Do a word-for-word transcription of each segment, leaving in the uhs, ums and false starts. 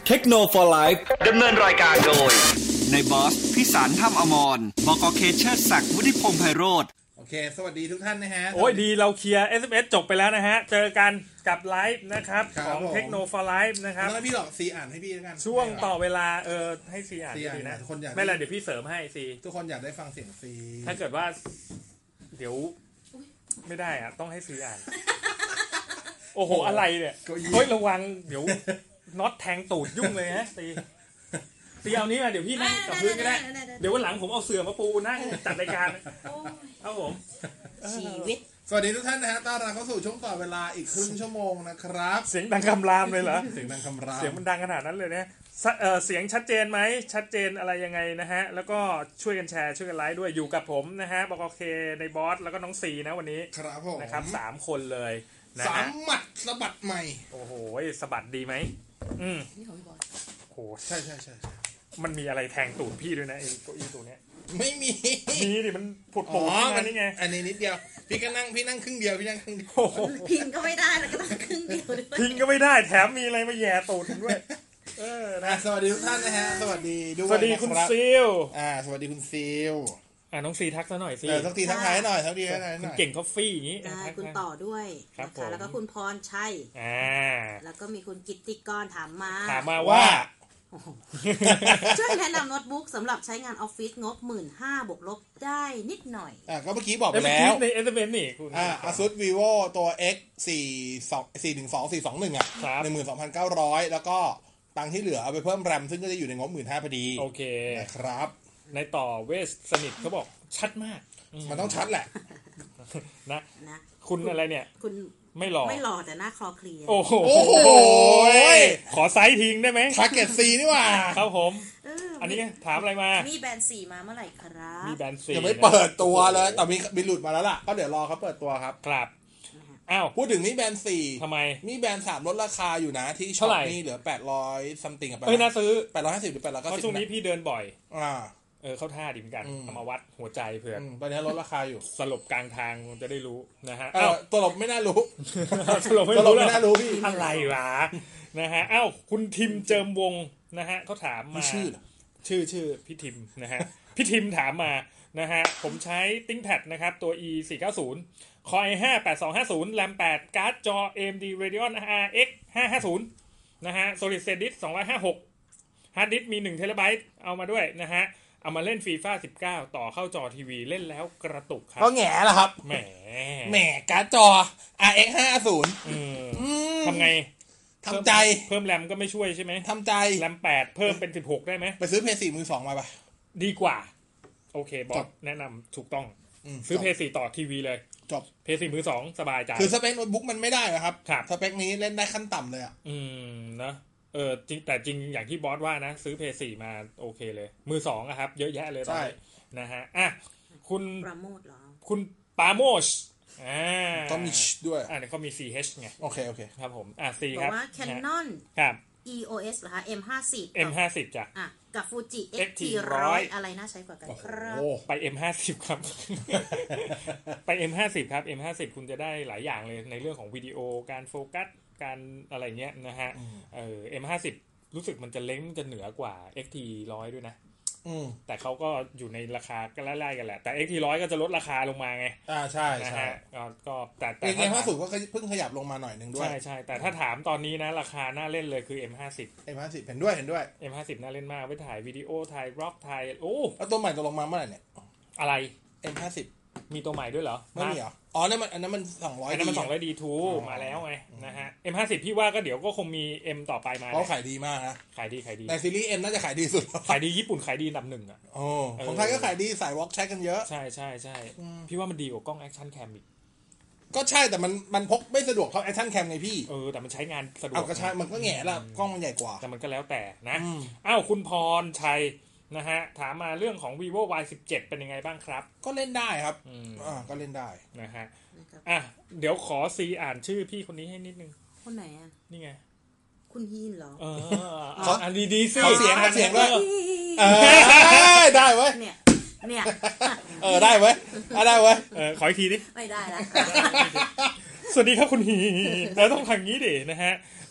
Techno for Life ดำเนินรายการโดยในบอสพิสารถ้ำอมรบก.เคเชอร์ศักดิ์วุฒิพงษ์ไพโรจน์โอเคสวัสดีทุกท่านนะฮะโอ้ยดีเราเคลียร์ เอส เอ็ม เอส จบไปแล้วนะฮะเจอกันกับไลฟ์นะครับของ Techno for Life นะครับแล้วพี่หลอกซีอ่านให้พี่แล้วกันช่วงต่อเวลาเออให้ซีอ่านดีนะไม่เป็นไรเดี๋ยวพี่เสริมให้ซีทุกคนอยากได้ฟังเสียงซีถ้าเกิดว่าเดี๋ยวไม่ได้อ่ะต้องให้ซีอ่านโอ้โหอะไรเนี่ยเฮ้ยระวังเดี๋ยวน็อตแทงตูดยุ่งเลยฮะซีซีเอานี้มาเดี๋ยวพี่นั่งกับพื้นก็ได้เดี๋ยววันหลังผมเอาเสื่อมาปูนั่งจัดรายการเอาผมชีวิตสวัสดีทุกท่านนะฮะต้อนรับเข้าสู่ช่วงต่อเวลาอีกครึ่งชั่วโมงนะครับเสียงดังคำรามเลยเหรอเสียงดังคำรามเสียงมันดังขนาดนั้นเลยเนี่ยเสียงชัดเจนไหมชัดเจนอะไรยังไงนะฮะแล้วก็ช่วยกันแชร์ช่วยกันไลค์ด้วยอยู่กับผมนะฮะบก.เคในบอสแล้วก็น้องซีนะวันนี้ครับผมนะครับสามคนเลยนะสามหมัดสะบัดใหม่โอ้โหสะบัดดีไหมอืมนี่ของพี่บอสโอ้ใช่ใช่ใช่มันมีอะไรแทงตูดพี่ด้วยนะไอ้เก้าอี้ตัวเนี้ยไม่มีมีดิมันผุดโผล่ขึ้นมานี่ไงอันนี้นิดเดียวพี่ก็นั่งพี่นั่งครึ่งเดียวพี่นั่งครึ่งเดียวพิงก็ไม่ได้แล้วก็ต้องครึ่งเดียวด้วยพิงก็ไม่ได้แถมมีอะไรมาแย่ตูดด้วยเออนะสวัสดีทุกท่านนะฮะสวัสดีด้วยสวัสดีคุณซิลอ่าสวัสดีคุณซิลอ่าน้องซีทักซะหน่อยสิเออทักทีทักทายหน่อยทักทีทักทายหน่อยเก่งคอฟฟี่อย่างนี้คุณต่อด้วยนะคะแล้วก็คุณพรชัยอ่าแล้วก็มีคุณกิตติกรถามมาถามมาว่าช่วยแนะนำโน้ตบุ๊กสำหรับใช้งานออฟฟิศงบ หนึ่งหมื่นห้าพัน บวกลบได้นิดหน่อยอ่าก็เมื่อกี้บอกไปแล้วใน เอส เอ็ม เอส นี่คุณอ่า Asus Vivo ตัว X สี่ สอง สี่ หนึ่ง สอง สี่ สอง หนึ่ง อ่ะ หนึ่งหมื่นสองพันเก้าร้อย แล้วก็ตังค์ที่เหลือเอาไปเพิ่มแรมซึ่งก็จะอยู่ในงบ หนึ่งหมื่นห้าพัน พอดีโอเคนะครับในต่อเวสสนิทเขาบอกชัดมากมันต้องชัดแหละนะคุณอะไรเนี่ยคุณไม่หล่อไม่หล่อแต่หน้าคลอเคลียร์โอ้โหขอไซส์ทิ้งได้ไหมทาร์เก็ตซีนี่ว่าครับผมอันนี้ถามอะไรมามีแบรนด์สี่มาเมื่อไหร่ครับมีแบรนด์สี่ยังไม่เปิดตัวเลยแต่มีมีหลุดมาแล้วล่ะก็เดี๋ยวรอเขาเปิดตัวครับครับอ้าวพูดถึงมีแบรนด์สี่ทำไมมีแบรนด์สามลดราคาอยู่นะที่ช็อปนี่เหลือแปดร้อยซัมติงกับไปเอ้ยน่าซื้อแปดร้อยห้าสิบหรือแปดร้อยเก้าสิบเพราะช่วงนี้พี่เดินบ่อยอ่าเออเข้าท่าดีเหมือนกันเอามาวัดหัวใจเผื่อตอนนี้ลดราคาอยู่สลบกลางทางจะได้รู้นะฮะอ้าวสลบไม่น่ารู้สลบไม่น่ารู้พี่อะไรวะนะฮะอ้าวคุณทิมเจิมวงนะฮะเขาถามมาชื่อชื่อชื่อพี่ทิมนะฮะพี่ทิมถามมานะฮะผมใช้ ThinkPad นะครับตัว อี สี่ เก้า ศูนย์ Core ไอ ห้า แปดสองห้าศูนย์ แรม แปด การ์ดจอ เอ เอ็ม ดี Radeon อาร์ เอ็กซ์ ห้าห้าศูนย์นะฮะ Solid State Disk สองร้อยห้าสิบหก Hard Disk มีหนึ่งเทราไบต์เอามาด้วยนะฮะเอามาเล่น FIFA สิบเก้าต่อเข้าจอทีวีเล่นแล้วกระตุกครับก็แง่ละครับแหมแหมการ์ดจอ อาร์ เอ็กซ์ ห้าห้าศูนย์อืมทำไงทำใจเพิ่มแรมก็ไม่ช่วยใช่ไหมทำใจแรมแปดเพิ่มเป็นสิบหกได้ไหมไปซื้อ พี สี่ มือสองมาป่ะดีกว่าโอเคบอสแนะนำถูกต้องซื้อ พี สี่ ต่อทีวีเลยจบพี สี่ มือสองสบายใจคือสเปคโน้ตบุ๊กมันไม่ได้นะครับครับสเปคนี้เล่นได้ขั้นต่ำเลยอ่ะอืมนะเออจริงแต่จริงอย่างที่บอสว่านะซื้อ พี สี่ มาโอเคเลยมือสองอะครับเยอะแยะเลยตอนนี้นะฮะอ่ะคุณปราโมทเหรอคุณปาโมชอ่าต้องมีด้วยอ่าเนี่ยเขามี ซี เอช ไงโอเคโอเคครับผมอ่ะ C ครับบอกว่า Canon ครับอี โอ เอส เหรอคะ เอ็ม ห้าสิบเอ็ม ห้าสิบ จ้ะอ่ะกับ Fuji เอ็กซ์ ที หนึ่งร้อย อะไรน่าใช้กว่ากันครับไป เอ็ม ห้าสิบ ครับไป เอ็ม ห้าสิบ ครับ เอ็ม ห้าสิบ คุณจะได้หลายอย่างเลยในเรื่องของวิดีโอการโฟกัสการอะไรเงี้ยนะฮะเออ เอ็ม ห้าสิบ รู้สึกมันจะเล้งจะเหนือกว่า เอ็กซ์ ที หนึ่งร้อยด้วยนะแต่เขาก็อยู่ในราคาก็ไล่ๆกันแหละแต่ เอ็กซ์ ที หนึ่งร้อยก็จะลดราคาลงมาไงอ่าใช่ใช่ก็แต่แต่เอ็ม ห้าสิบ ก็เพิ่งขยับลงมาหน่อยนึงด้วยใช่ใช่แต่ถ้าถามตอนนี้นะราคาน่าเล่นเลยคือ เอ็ม ห้าสิบเอ็ม ห้าสิบ เห็นด้วยเห็นด้วยเอ็ม ห้าสิบ น่าเล่นมากไว้ถ่ายวิดีโอถ่ายบล็อกถ่ายโอ้แล้วตัวใหม่ตัวลงมาเมื่อไหร่เนี่ยอะไรเอ็ม ห้าสิบมีตัวใหม่ด้วยเหรอไม่มีเหรออ๋อนั่นมันอันนั้นมันสองร้อยอันนั้นมันสองร้อยดีทูมาแล้วไงนะฮะ เอ็ม ห้าสิบ พี่ว่าก็เดี๋ยวก็คงมี M ต่อไปมาเพราะขายดีมากนะขายดีขายดีในซีรีส์ M น่าจะขายดีสุดขายดีญี่ปุ่นขายดีอันดับหนึ่งอ่ะโอ้ของไทยก็ขายดีสายวอล์กใช้กันเยอะใช่ใช่ใช่พี่ว่ามันดีกว่ากล้องแอคชั่นแคมอีกก็ใช่แต่มันมันพกไม่สะดวกเท่าแอคชั่นแคมไงพี่เออแต่มันใช้งานสะดวกเอาก็ใช่มันก็แง่ละกล้องมันใหญ่กว่าแต่มันก็แล้วแต่นะอ้าวคุณพรชัยนะฮะถามมาเรื่องของ Vivo วาย สิบเจ็ด เป็นยังไงบ้างครับก็เล่นได้ครับอ่าก็เล่นได้นะฮะอ่ะเดี๋ยวขอซีอ่านชื่อพี่คนนี้ให้นิดนึงคนไหนอ่ะนี่ไงคุณฮีนเหรอเอออันดีๆสิเสียงเสียงด้วยเออได้เว้ยเนี่ยเนี่ยเออได้เว้ยได้เว้ยเออขออีกทีดิไม่ได้ละสวัสดีครับคุณฮีแล้วต้องทางนี้ดินะฮะ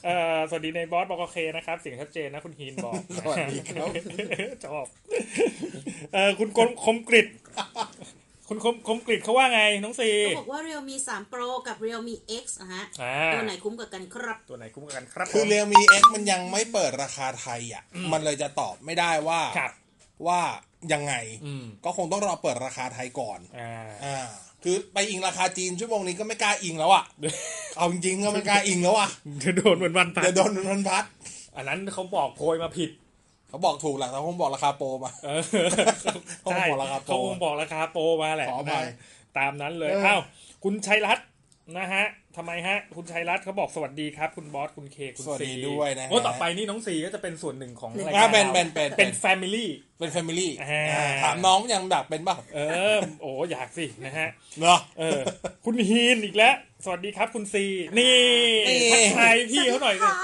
เอ่อสวัสดีในบอสบอกโอเคนะครับเสียงชัดเจนนะคุณฮีนบอกสวัสดีครับชอบเอ่อคุณคมกริตคุณคมคมกริตเขาว่าไงน้องซีเขาบอกว่า Realme สาม Pro กับ Realme X นะฮะตัวไหนคุ้มกว่ากันครับตัวไหนคุ้มกว่ากันครับคือ Realme X มันยังไม่เปิดราคาไทยอ่ะมันเลยจะตอบไม่ได้ว่าว่ายังไงก็คงต้องรอเปิดราคาไทยก่อนอ่าอ่าคือไปอิงราคาจีนชั่วโมงนี้ก็ไม่กล้าอิงแล้วอ่ะเอาจริงๆก็ไม่กล้าอิงแล้วอ่ะจะโดนเหมือนวันพัดจะโดนเหมือนวันพัดอันนั้นเขาบอกโพยมาผิดเขาบอกถูกแหละเขาคงบอกราคาโปรมาใช่เขาคงบอกราคาโปรมาแหละตามนั้นเลยอ้าวคุณชัยรัตน์นะฮะทำไมฮะคุณชัยรัตน์เขาบอกสวัสดีครับคุณบอสคุณเคคุณซีสวัสดีด้วยนะฮะโอ้ต่อไปนี่น้องซีก็จะเป็นส่วนหนึ่งของรายการเป็นเป็นเป็นเป็นแฟมิลี่เป็นแฟมิลี่ถามน้องยังดักเป็นป่ะเออโอ้อยากสินะฮะเนาะเออคุณฮีนอีกแล้วสวัสดีครับคุณซีนี่ทักทายพี่เขาหน่อยสิ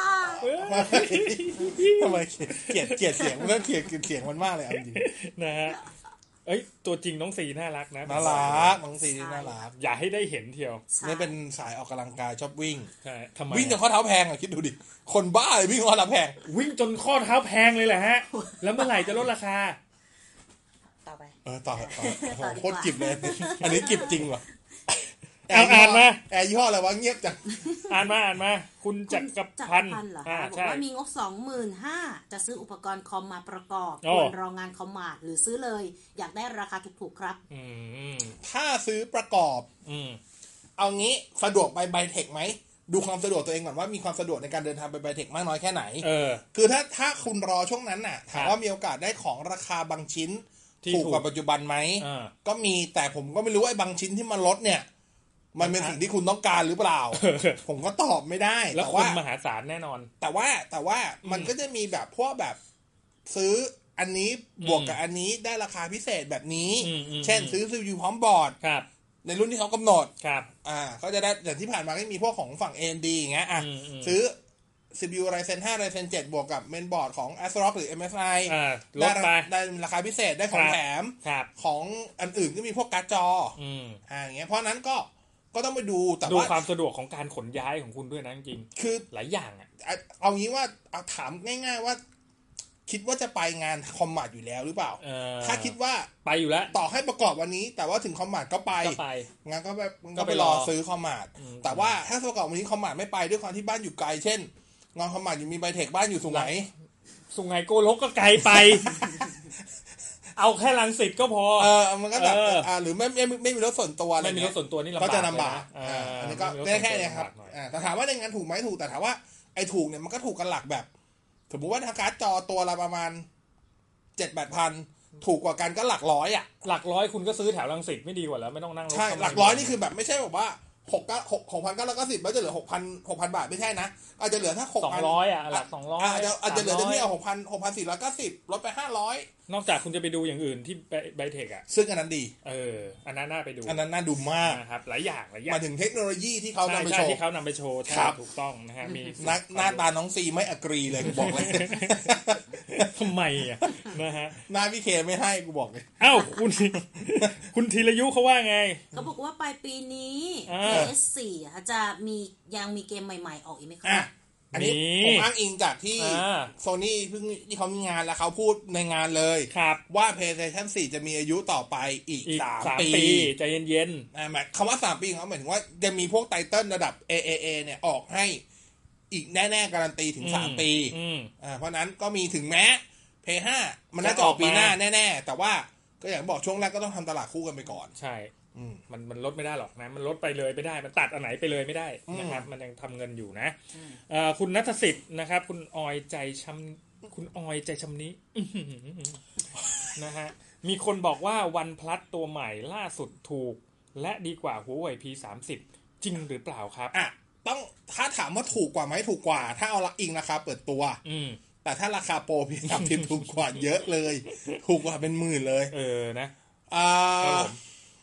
ทำไมเกลียดเกลียดเสียงมันเกลียดเสียงมันมากเลยจริงนะฮะเอ้ยตัวจริงน้องซีน่ารักนะน่ารักน้องซีน่ารักอย่าให้ได้เห็นเที่ยวนี่เป็นสายออกกำลังกายชอบวิ่งใช่ทำไมวิ่งจนข้อเท้าแพงอ่ะคิดดูดิคนบ้าเลยวิ่งข้อเท้าแพงวิ่งจนข้อเท้าแพงเลยแหละฮะแล้วเมื่อไหร่จะลดราคาต่อไปเออต่อต่อโคตรจิบเลยอันนี้จิบจริงว่ะเอาอ่านมาแอร์ยี่ห้ออะไรวะเงียบจังอ่านมาอ่านมาคุณจักรพันธ์อ่าบอกว่ามีงบ สองหมื่นห้าพัน จะซื้ออุปกรณ์คอมมาประกอบควรรองานคอมมาหรือซื้อเลยอยากได้ราคาถูกๆครับอืมถ้าซื้อประกอบอืมเอางี้สะดวกไปไบเทคไหมดูความสะดวกตัวเองก่อนว่ามีความสะดวกในการเดินทางไปไบเทคมากน้อยแค่ไหนเออคือถ้าถ้าคุณรอช่วงนั้นน่ะถามว่ามีโอกาสได้ของราคาบางชิ้นถูกกว่าปัจจุบันไหมก็มีแต่ผมก็ไม่รู้ว่าไอ้บางชิ้นที่มันลดเนี่ยมันเป็นสิ่งที่คุณต้องการหรือเปล่าผมก็ตอบไม่ได้แล้วคุณมหาศาลแน่นอนแต่ว่าแต่ว่ามันก็จะมีแบบพวกแบบซื้ออันนี้บวกกับอันนี้ได้ราคาพิเศษแบบนี้เช่นซื้อซี พี ยู พร้อมบอร์ดในรุ่นที่เขากำหนดอ่าเขาจะได้อย่างที่ผ่านมาก็มีพวกของฝั่ง เอ เอ็ม ดี อย่างเงี้ยอ่ะซื้อ ซี พี ยู Ryzen ห้า Ryzen เจ็ดบวกกับเมนบอร์ดของ ASRock หรือ เอ็ม เอส ไอลดไปได้ราคาพิเศษได้ของแถมของอันอื่นก็มีพวกการ์ดจออ่าอย่างเงี้ยเพราะนั้นก็ก็ต้องไปดูแต่ว่าดูความสะดวกของการขนย้ายของคุณด้วยนะจริงๆคือหลายอย่างอ่ะเอางี้ว่าเอาถามง่ายๆว่าคิดว่าจะไปงานคอมมาร์ทอยู่แล้วหรือเปล่าถ้าคิดว่าไปอยู่แล้วต่อให้ประกอบวันนี้แต่ว่าถึงคอมมาร์ทก็ไปงั้นก็แบบก็ไปรอซื้อคอมมาร์ทแต่ว่าถ้าประกอบวันนี้คอมมาร์ทไม่ไปด้วยความที่บ้านอยู่ไกลเช่นงานคอมมาร์ทอยู่มีไบเทคบ้านอยู่สุไหงสุไหงโกลกก็ไกลไปเอาแค่รังสิตก็พอเออมันก็แบบอ่าหรือไม่ไม่ไม่มีรถส่วนตัวอะไรไม่มีรถส่วนตัวนี่ลำบากก็จะลำบากอ่าอันนี้ก็แค่แค่นี้ครับอ่าแต่ถามว่าในงานถูกไหมถูกแต่ถามว่าไอ้ถูกเนี่ยมันก็ถูกกันหลักแบบสมมติว่าถ้าการ์ดจอตัวละประมาณเจ็ดแปดพันถูกกว่ากันก็หลักร้อยอ่ะหลักร้อยคุณก็ซื้อแถวรังสิตไม่ดีกว่าแล้วไม่ต้องนั่งรถใช่หลักร้อยนี่คือแบบไม่ใช่แบบว่าหกก็หกหกพันเก้าร้อยเก้าสิบแล้วจะเหลือหกพันหกพันบาทไม่ใช่นะอาจจะเหลือถ้าหกพันสองร้อยอ่ะหลักสองร้อยอาจจะอาจจะเหลือที่เอาหกพันหกพันสี่ร้อยเก้าสิบลดไปห้าร้อยนอกจากคุณจะไปดูอย่างอื่นที่ไบเทคอ่ะซึ่งอันนั้นดีเอออันนั้นน่าไปดูอันนั้นน่าดูมากนะครับหลายอย่างหลายอย่างมาถึงเทคโนโลยีที่เขานำไปโชว์ที่เขานำไปโชว์ถูกต้องนะฮะมีหน้าตาน้องซีไม่อกรีเลยกูบอกเลยทำไมอ่ะนะฮะหน้าพี่เคไม่ให้กูบอกเลยอ้าวคุณคุณธีรยุเขาว่าไงเขาบอกว่าปลายปีนี้ พี เอส โฟร์ จะมียังมีเกมใหม่ๆออกอีกไหมครับอันนี้ผมอ้างอิงจากที่ Sony เพิ่งที่เขามีงานแล้วเขาพูดในงานเลยว่า PlayStation โฟร์ จะมีอายุต่อไปอีกสามปีใจเย็นๆอ่าหมายคำว่าสามปีเขาหมายถึงว่าจะมีพวกไตเติ้ลระดับ เอ เอ เอ เนี่ยออกให้อีกแน่ๆการันตีถึงสามปีอ่าเพราะนั้นก็มีถึงแม้ พี เอส ไฟว์ มันน่าจะออกปีหน้าแน่ๆแต่ว่าก็อย่างบอกช่วงแรกก็ต้องทำตลาดคู่กันไปก่อนใช่มันมันลดไม่ได้หรอกนะมันลดไปเลยไม่ได้มันตัดอันไหนไปเลยไม่ได้นะครับมันยังทำเงินอยู่นะคุณณัฐสิทธิ์นะครับคุณออยใจช้ำคุณออยใจช้ำนี้นะฮะมีคนบอกว่า OnePlus ตัวใหม่ล่าสุดถูกและดีกว่า Huawei พี สามสิบ จริงหรือเปล่าครับอ่ะต้องถ้าถามว่าถูกกว่าไหมถูกกว่าถ้าเอาอิงราคาเปิดตัวแต่ถ้าราคาโปร พี สามสิบ ถูกกว่าเยอะเลยถูกกว่าเป็นหมื่นเลยเออนะอ่า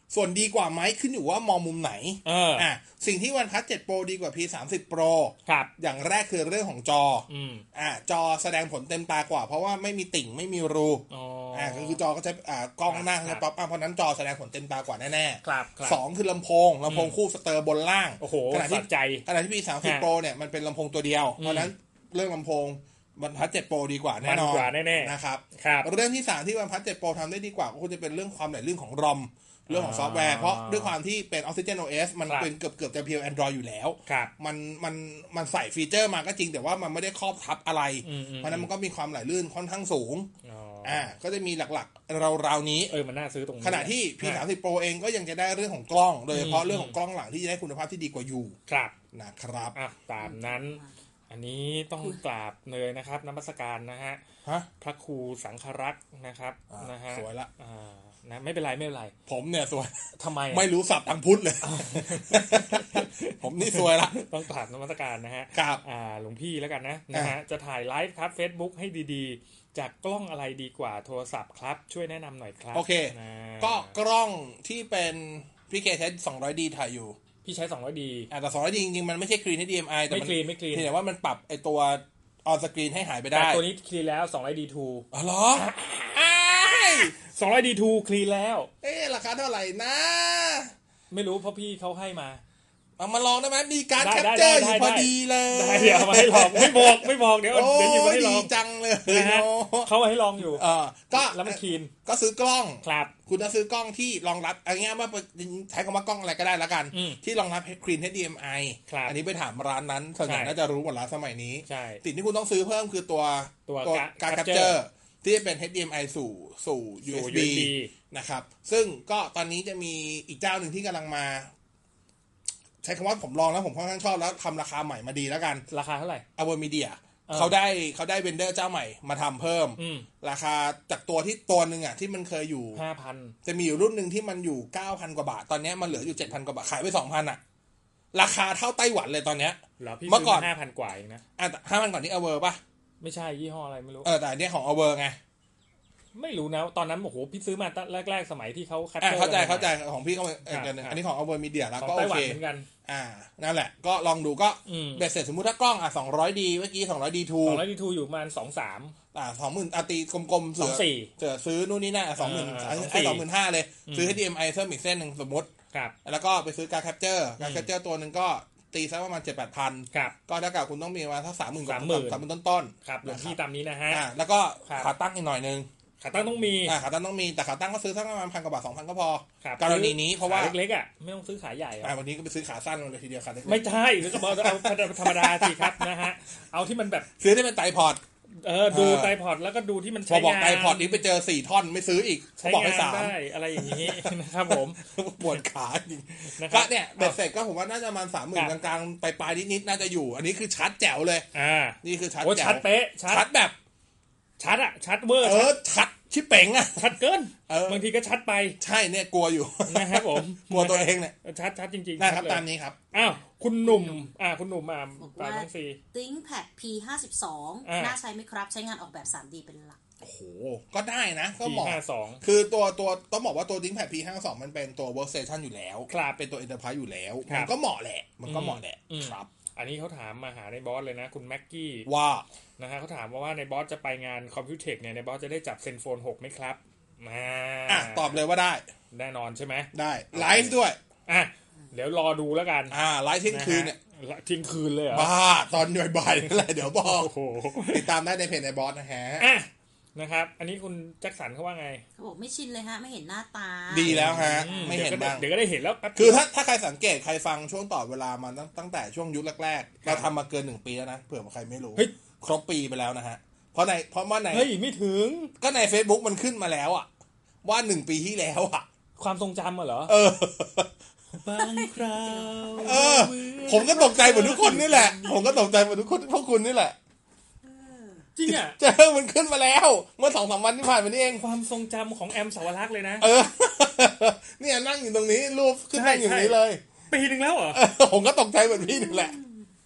ส่วนดีกว่าไหมขึ้นอยู่ว่ามองมุมไหนเอออ่ะสิ่งที่ OnePlus เซเว่น Pro ดีกว่า พี สามสิบ Pro ครับอย่างแรกคือเรื่องของจออืมอ่าจอแสดงผลเต็มตากว่าเพราะว่าไม่มีติ่งไม่มีรูอ๋ออ่าคือจอก็ใช้อ่ากล้องหน้าใช้ป๊อปอัพเพราะนั้นจอแสดงผลเต็มตากว่าแน่ๆครับสองคือลำโพงลำโพงคู่สเตอร์บนล่างโอ้โหขณะที่ใจขณะที่ พี สามสิบ Pro เนี่ยมันเป็นลำโพงตัวเดียวเพราะนั้นเรื่องลำโพงOnePlus เซเว่น Pro ดีกว่าแน่นอนนะครับเรื่องที่สามที่ OnePlus เซเว่น Pro ทำได้ดีกว่าก็คงจะเป็นเรื่องความไหลลื่นของ รอม เรื่องของซอฟต์แวร์เพราะด้วยความที่เป็น Oxygen โอ เอส มันเป็นเกือบๆจะเพียว Android อยู่แล้วมันมันมันใส่ฟีเจอร์มาก็จริงแต่ว่ามันไม่ได้ครอบทับอะไรเพราะนั้นมันก็มีความไหลลื่นค่อนข้างสูงอ่าก็จะมีหลักๆราวๆนี้เออมันน่าซื้อตรงนี้ขณะที่ พี สามสิบ Pro เองก็ยังจะได้เรื่องของกล้องโดยเฉพาะเรื่องของกล้องหลังที่จะได้คุณภาพที่ดีกว่าอยู่ครับนะครับอ่ะตามนั้นอันนี้ต้องกราบเลยนะครับนมัสการนะฮะพระครูสังฆรักษ์นะครับนะฮะสวยละอ่านะไม่เป็นไรไม่เป็นไรผมเนี่ยสวยทำไมไม่รู้ศัพท์ทางพุทธเลย ผมนี่สวยละต้องกราบนมัสการนะฮะครับอ่าหลวงพี่แล้วกันนะนะฮะจะถ่ายไลฟ์ครับ Facebook ให้ดีๆจากกล้องอะไรดีกว่าโทรศัพท์ครับช่วยแนะนำหน่อยครับโอเคก็กล้องที่เป็นพี่เคใช้สองร้อยดีถ่ายอยู่พี่ใช้สองร้อยดีอ่าแต่สองร้อยดีจริงๆมันไม่ใช่คลีน เอช ดี เอ็ม ไอ แต่ไม่คลีนไม่คลีนแต่ว่ามันปรับไอตัวออนสกรีนให้หายไปได้แต่ตัวนี้คลีนแล้วสองร้อยดี ทูอ๋อเหรอสองร้อยดี ทู คลีนแล้วเอ๊ะราคาเท่าไหร่นะไม่รู้เพราะพี่เขาให้มาเอามาลองได้ไหมมีการแคปเจอร์อยู่พอดีเลยได้เดี๋ยวมาให้ลองไม่บอกไม่บอกเดี๋ยวเดี๋ยวหยิบมาให้ลองดีจังเลยเขามาให้ลองอยู่เออก็แล้วมันคลีนก็ซื้อกล้องครับคุณจะซื้อกล้องที่รองรับอะไรเงี้ยว่าใช้คำว่ากล้องอะไรก็ได้แล้วกันที่รองรับคลีน เอช ดี เอ็ม ไอ อันนี้ไปถามร้านนั้นส่วนใหญ่น่าจะรู้หมดแล้วสมัยนี้สิ่งที่คุณต้องซื้อเพิ่มคือตัวตัวการแคปเจอร์ที่เป็น เอช ดี เอ็ม ไอ สู่สู่ ยู เอส บี นะครับซึ่งก็ตอนนี้จะมีอีกเจ้าหนึ่งที่กำลังมาใช้คำว่าผมลองแล้วผมค่อนข้างชอบแล้วทำราคาใหม่มาดีแล้วกันราคาเท่าไหร่ AverMedia เขาได้เขาได้เวนเดอร์เจ้าใหม่มาทำเพิ่มราคาจากตัวที่ตัวนึงอ่ะที่มันเคยอยู่ห้าพัน จะมีอยู่รุ่นนึงที่มันอยู่ เก้าพัน กว่าบาทตอนนี้มันเหลืออยู่ เจ็ดพัน กว่าบาทขายไป สองพัน อ่ะราคาเท่าไต้หวันเลยตอนเนี้ยเมื่อก่อน ห้าพัน กว่าเองนะอ่ะ ห้าพัน ก่อนนี่ Aver ป่ะไม่ใช่ยี่ห้ออะไรไม่รู้เออแต่อันนี้ของ Aver ไงไม่รู้นะตอนนั้นโอ้โหพี่ซื้อมาแรกๆสมัยที่เขาคัดเจอเข้าใจเข้าใจของพี่เขาเอออันนี้ของ AverMedia แล้วก็โอเคเหมือนกันอ่านั่นแหละก็ลองดูก็เบ็ดเสร็จสมมุติถ้ากล้องอ่ะสองร้อยดี เมื่อกี้สองร้อยดี ทูสองร้อยดี ทู อยู่ประมาณ สองพันสามร้อยอ่า สองหมื่น อ่ะตีกลมๆสองพันสี่ร้อยเจอซื้อนู่นนี่นั่นอ่ะ สองหมื่น ไอ้ สองพันห้าร้อย เลยซื้อ เอช ดี เอ็ม ไอ เพิ่มอีกเส้นนึงสมมุติครับแล้วก็ไปซื้อการแคปเจอร์การแคปเจอร์ตัวนึงก็ตีซะประมาณ เจ็ดแปดพันครับก็เท่ากับคุณต้องมีประมาณสัก สามหมื่น กว่า สามหมื่น ต้นๆครับหลวงพี่ตามนี้นะฮะอ่าแล้วก็ขาตั้งอีกหน่อยนึงขาตั้งต้องมีอ่าขาตั้งต้องมีแต่ขาตั้งก็ซื้อสักประมาณพันกว่าบาท สองพัน ก็พอกรณีนี้เพราะว่าเล็กๆอ่ะไม่ต้องซื้อขาใหญ่อ่ะวันนี้ก็ไปซื้อขาสั้นเลยทีเดียวขาเล็กไม่ใช่หรือก็เอาธรรมดาสิครับนะฮะเอาที่มันแบบซื้อที่เป็นไตรพอร์ตเออดูไตรพอร์ตแล้วก็ดูที่มันใช้งานพอบอกไตรพอร์ตนี้ไปเจอสี่ท่อนไม่ซื้ออีกบอกให้สามได้อะไรอย่างนี้นะครับผมปวดขาจริงก็เนี่ยเบ็ดเสร็จก็ผมว่าน่าจะประมาณ สามหมื่น กลางๆปลายๆนิดๆน่าจะอยู่อันนี้คือชัดแจ๋วเลยอ่านี่คือชัดแจ๋วชัดเป๊ะชัดแบบชัดอ่ะชัดเวอร์เออชัดชิบเป๋งอ่ะชัดเกินบางทีก็ชัดไปใช่เนี่ยกลัวอยู่นะครับผมกลัวตัวเองเนี่ยชัดชัดจริงๆนะครับตามนี้ครับอ้าวคุณหนุ่มอ่าคุณหนุ่มมาปาทั้งสี่ ThinkPad พี ห้าสิบสอง น่าใช้ไหมครับใช้งานออกแบบ ทรี ดี เป็นหลักโอ้โหก็ได้นะก็เหมาะพี ห้าสิบสองคือตัวตัวต้องบอกว่าตัว ThinkPad พี ห้าสิบสอง มันเป็นตัว Workstation อยู่แล้วเป็นตัว Enterprise อยู่แล้วมันก็เหมาะแหละมันก็เหมาะแหละครับอันนี้เขาถามมาหาในบอสเลยนะคุณแม็กกี้ว่านะฮะเขาถามว่าว่าในบอสจะไปงานคอมพิวเทคเนี่ยในบอสจะได้จับเซนโฟนหกไหมครับมาอ่ะตอบเลยว่าได้แน่นอนใช่ไหมได้ไลฟ์ด้วยอ่ะเดี๋ยวรอดูแล้วกันอ่าไลฟ์เที่ยงคืนเนี่ยเที่ยงคืนเลยเหรอบ้าตอนบ่ายๆนั่นแหละเดี๋ยวบอกติดตามได้ในเพจในบอสนะฮะอ่ะนะครับอันนี้คุณแจ็คสันเขาว่าไงเขาบอกไม่ชินเลยฮะไม่เห็นหน้าตาดีแล้วฮะไม่เห็นบ้างเดี๋ยวก็ได้เห็นแล้วคือถ้าถ้าใครสังเกตใครฟังช่วงต่อเวลามาตั้งตั้งแต่ช่วงยุคแรกๆเราทำมาเกินหนึ่งปีแล้วนะเผื่อใครไม่รู้ครบปีไปแล้วนะฮะเพราะในเพราะว่าในเฮ้ยไม่ถึงก็ใน Facebook มันขึ้นมาแล้วอ่ะว่าหนึ่งปีที่แล้วอ่ะความทรงจำเหรอเออบางคราวเออผมก็ตกใจเหมือนทุกคนนี่แหละผมก็ตกใจเหมือนทุกคนพวกคุณนี่แหละจริงอ่ะเจอมันขึ้นมาแล้วเมื่อ สองสาม วันที่ผ่านมานี่เองความทรงจำของแอมสาวรักษ์เลยนะเออเนี่ยนั่งอยู่ตรงนี้รูปขึ้นนั่งอยู่นี้เลยปีนึงแล้วเหรอผมก็ตกใจเหมือนพี่นี่แหละ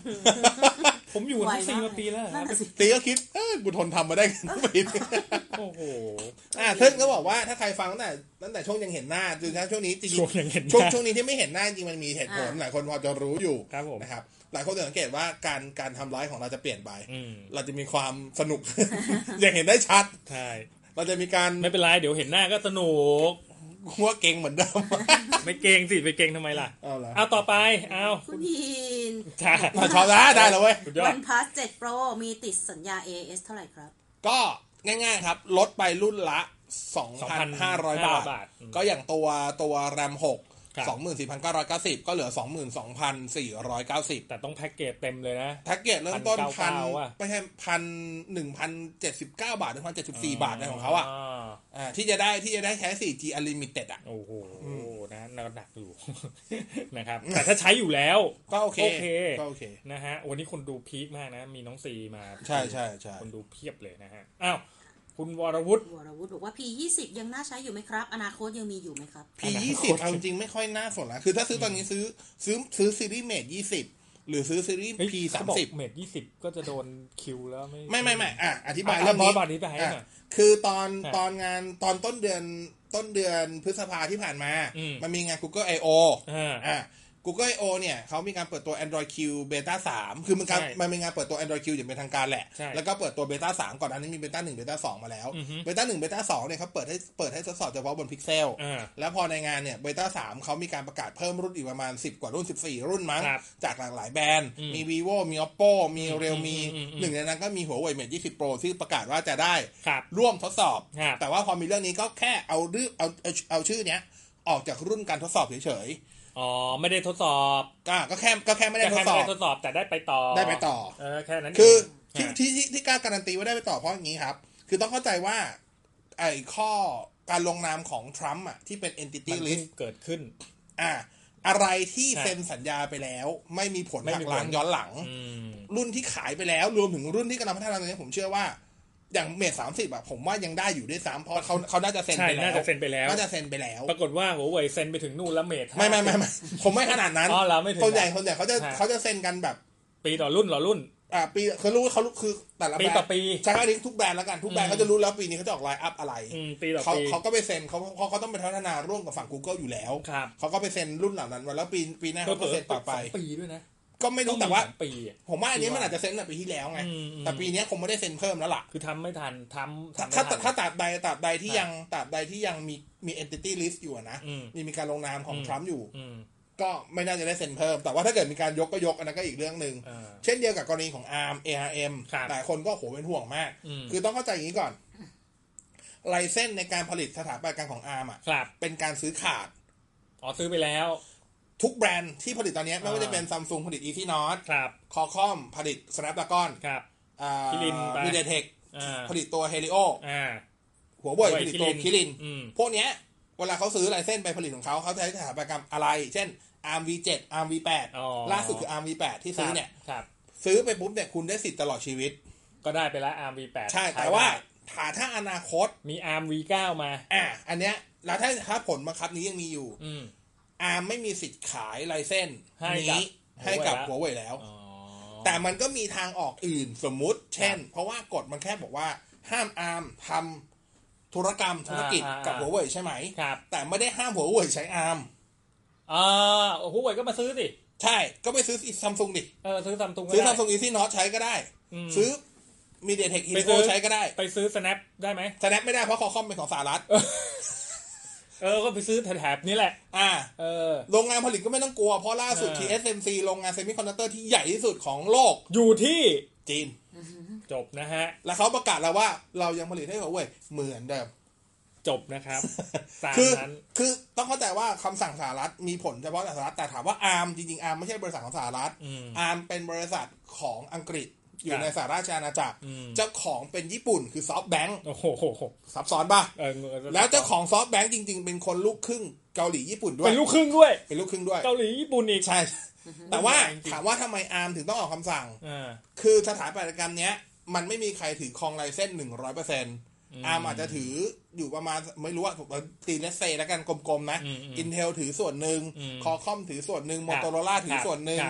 ผมอยู่ทั้งซีมาปีแล้วตีก็คิดเออกูทนทำมาได้ทั้งปีโอ้โหอ่าซึ่งก็บอกว่าถ้าใครฟังตั้งแต่ตั้งแต่ช่วงยังเห็นหน้าจนกระทั่งช่วงนี้จริงๆช่วงยังเห็นช่วงช่วงนี้ที่ไม่เห็นหน้าจริงมันมีเหตุผลหลายคนพอจะรู้อยู่นะครับหลายคนสังเกตว่าการการทำไลฟ์ของเราจะเปลี่ยนไปเราจะมีความสนุกอย่างเห็นได้ชัดใช่เราจะมีการไม่เป็นไรเดี๋ยวเห็นหน้าก็สนุกหัวเก่งเหมือนเดิมไม่เก่งสิไปเก่งทำไมล่ะเอาล่ะเอาต่อไปเอาคุณยินค่ะชอบได้ได้แล้วเว้ยวันพาสเจ็ด Pro มีติดสัญญา เอ เอส เท่าไหร่ครับก็ง่ายๆครับลดไปรุ่นละ สองพันห้าร้อย บาทก็อย่างตัวตัว แรม หก สองหมื่นสี่พันเก้าร้อยเก้าสิบ ก็เหลือ สองหมื่นสองพันสี่ร้อยเก้าสิบแต่ต้องแพ็คเกจเต็มเลยนะแพ็คเกจเริ่มต้นพันไม่ใช่พันหนึ่งพันเจ็ดสิบเก้าบาทหนึ่งพันเจ็ดสิบสี่บาทในของเขาอ่ะอ่าที่จะได้ที่จะได้แค่ สี่จี Unlimited อ่ะโอ้โหนะหนักอยู่นะครับแต่ถ้าใช้อยู่แล้วก็โอเคก็โอเคนะฮะวันนี้คนดูพีคมากนะมีน้องซีมาใช่ใช่ใช่คนดูเพียบเลยนะฮะอ้าวคุณวรวุฒิวรวุฒิบอกว่า พี ยี่สิบ ยังน่าใช้อยู่ไหมครับอนาคตยังมีอยู่ไหมครับพี ยี่สิบ เอาจริงไม่ค่อยน่าสนละคือถ้าซื้อตอนนี้ซื้อซื้อซื้อซีรีส์เมทยี่สิบหรือซื้อซีรีส์ พี สามสิบเมทยี่สิบก็จะโดนคิวแล้วไม่ไม่ไม่อ่ะอธิบายเรื่องนี้บอลนี้ไปให้คือตอนตอนงานตอนต้นเดือนต้นเดือนพฤษภาที่ผ่านมามันมีงาน Google ไอ โอ อ่าGoogle ไอ โอ เนี่ยเขามีการเปิดตัว Android Q Beta สามคือมันการมันเป็นงานเปิดตัว Android Q อย่างเป็นทางการแหละแล้วก็เปิดตัว Beta สามก่อนอันนี้มี Beta หนึ่ง Beta สองมาแล้ว Beta หนึ่ง Beta สองเนี่ยเขาเปิดให้เปิดให้ทดสอบเฉพาะบน Pixel แล้วพอในงานเนี่ย Beta สามเขามีการประกาศเพิ่มรุ่นอีกประมาณสิบกว่ารุ่นสิบสี่รุ่นมั้งจากหลากหลายแบรนด์มี Vivo มี Oppo มี Realme หนึ่งในนั้นก็มี Huawei Mate ยี่สิบ Pro ที่ประกาศว่าจะได้ร่วมทดสอบแต่ว่าพอมีเรื่องนี้ก็แค่เอาเรื่องเอาเอาชื่อเนี้ยออกจากรุ่นการทดสอบเฉยอ๋อไม่ได้ทดสอบก็ก็แค่ก็แค่ไม่ได้ทดสอบไม่ได้ทดสอบแต่ได้ไปต่อได้ไปต่อเออแค่นั้นคือที่ที่ที่กล้าการันตีว่าได้ไปต่อเพราะอย่างนี้ครับคือต้องเข้าใจว่าไอ้ข้อการลงนามของทรัมป์อ่ะที่เป็น entity list เกิดขึ้นอ่าอะไรที่เซ็นสัญญาไปแล้วไม่มีผลหักล้างย้อนหลังรุ่นที่ขายไปแล้วรวมถึงรุ่นที่กำลังพัฒนาตอนนี้ผมเชื่อว่าอย่างเมทสามสิบอะผมว่ายังได้อยู่ด้วยซ้ำเพราะเขาเขาน่าจะเซ็นไปแล้วน่าจะเซ็นไปแล้วน่าจะเซ็นไปแล้วปรากฏว่าหัวเว่ยเซ็นไปถึงนู่นแล้วเมทไม่ไม่ไม่ไม่ผมไม่ขนาดนั้นอ๋อแล้วไม่ถึงคนใหญ่คนใหญ่เขาจะเขาจะเซ็นกันแบบปีต่อรุ่นต่อรุ่นอ่าปีเขารู้เขารู้คือแต่ละแบรนด์ปีต่อปีใช่ไหมทุกแบรนด์แล้วกันทุกแบรนด์เขาจะรู้แล้วปีนี้เขาจะออกไลน์อัพอะไรปีต่อปีเขาเขาก็ไปเซ็นเขาเขาเขาต้องไปพัฒนาร่วมกับฝั่ง Google อยู่แล้วเขาก็ไปเซ็นรุ่นเหล่านั้นมาแล้วปีปีหน้าเขาก็เซ็นต่อไปปีด้วยนะก็ไม่รู้แต่ว่าผมว่าอันนี้มันอาจจะเซ็นตั้งปีที่แล้วไงแต่ปีนี้คงไม่ได้เซ็นเพิ่มแล้วล่ะคือทำไม่ทันทำถ้าถ้าตราบใดตราบใดที่ยังตราบใดที่ยังมีมี entity list อยู่นะมีมีการลงนามของทรัมป์อยู่ก็ไม่น่าจะได้เซ็นเพิ่มแต่ว่าถ้าเกิดมีการยกก็ยกอันนั้นก็อีกเรื่องนึงเช่นเดียวกับกรณีของ อาร์ม เอ อาร์ เอ็ม หลายคนก็โหเป็นห่วงมากคือต้องเข้าใจอย่างนี้ก่อนไลเซนส์ในการผลิตสถาปัตยกรรมของ อาร์ม อ่ะเป็นการซื้อขาดอ๋อซื้อไปแล้วทุกแบรนด์ที่ผลิตตอนนี้ไม่ว่าจะเป็น Samsung ผลิต Exynos ครับ Qualcomm ผลิต Snapdragon ครับอ่า Kirin MediaTek ผลิตตัว Helio อ่าหัวเว่ยผลิตตัว Kirin พวกเนี้ยเวลาเขาซื้อไลเซนส์ไปผลิตของเขาเขาใช้สถาปัตยกรรมอะไรเช่น อาร์ม วี เจ็ด อาร์ม วี แปด ล่าสุดคือ อาร์ม วี แปด ที่ซื้อเนี่ยซื้อไปปุ๊บเนี่ยคุณได้สิทธิ์ตลอดชีวิตก็ได้ไปแล้ว อาร์ม วี แปดใช่แต่ว่าถ้าถ้าอนาคตมี อาร์ม วี เก้า มาอ่าอันเนี้ยแล้วถ้าถ้าผลบังคับนี้ยังมีอยู่อาร์มไม่มีสิทธิ์ขายไลเซนส์นี้ให้กับหัวเว่ยแล้วแต่มันก็มีทางออกอื่นสมมุติเช่นเพราะว่ากฎมันแค่บอกว่าห้ามอาร์มทำธุรกรรมธุรกิจกับหัวเว่ยใช่ไหมแต่ไม่ได้ห้ามหัวเว่ยใช้อาร์มอ่าหัวเว่ยก็มาซื้อสิใช่ก็ไปซื้อซัมซุงดิเออซื้อซัมซุงซื้อซัมซุงอีซี่น็อตใช้ก็ได้ซื้อMediaTek Helio ใช้ก็ได้ไปซื้อ Snap ได้ไหม Snap ไม่ได้เพราะ Qualcomm เป็นของสหรัฐเออก็ไปซื้อแถบๆนี้แหละอ่าเออโรงงานผลิตก็ไม่ต้องกลัวเพราะล่าสุด ที เอส เอ็ม ซี โรงงานเซมิคอนดักเตอร์ที่ใหญ่ที่สุดของโลกอยู่ที่จีนจบนะฮะแล้วเขาประกาศแล้วว่าเรายังผลิตให้หัวเว่ยเหมือนเดิมจบนะครับตามนั้นคือต้องเข้าใจว่าคำสั่งสหรัฐมีผลเฉพาะสหรัฐแต่ถามว่า อาร์ม จริงๆ อาร์ม ไม่ใช่บริษัทของสหรัฐ อาร์ม เป็นบริษัทของอังกฤษอยู่ในสหราชอาณาจักรเจ้าของเป็นญี่ปุ่นคือซอฟต์แบงค์โอ้โหซับซ้อนป่ะแล้วเจ้าของซอฟต์แบงค์จริงๆเป็นคนลูกครึ่งเกาหลีญี่ปุ่นด้วยเป็นลูกครึ่งด้วยเป็นลูกครึ่งด้วยเกาหลีญี่ปุ่นอีกใช่แต่ว่าถามว่าทำไม อาร์ม ถึงต้องออกคำสั่งคือสถาปัตยกรรมเนี้ยมันไม่มีใครถือครองไลเซนส์ หนึ่งร้อยเปอร์เซ็นต์ อาร์ม อาจจะถืออยู่ประมาณไม่รู้ว่าตีเลสเซแล้วกันกลมๆนะ Intel ถือส่วนหนึ่ง Qualcomm ถือส่วนหนึ่ง Motorola ถือส่วนหนึ่ง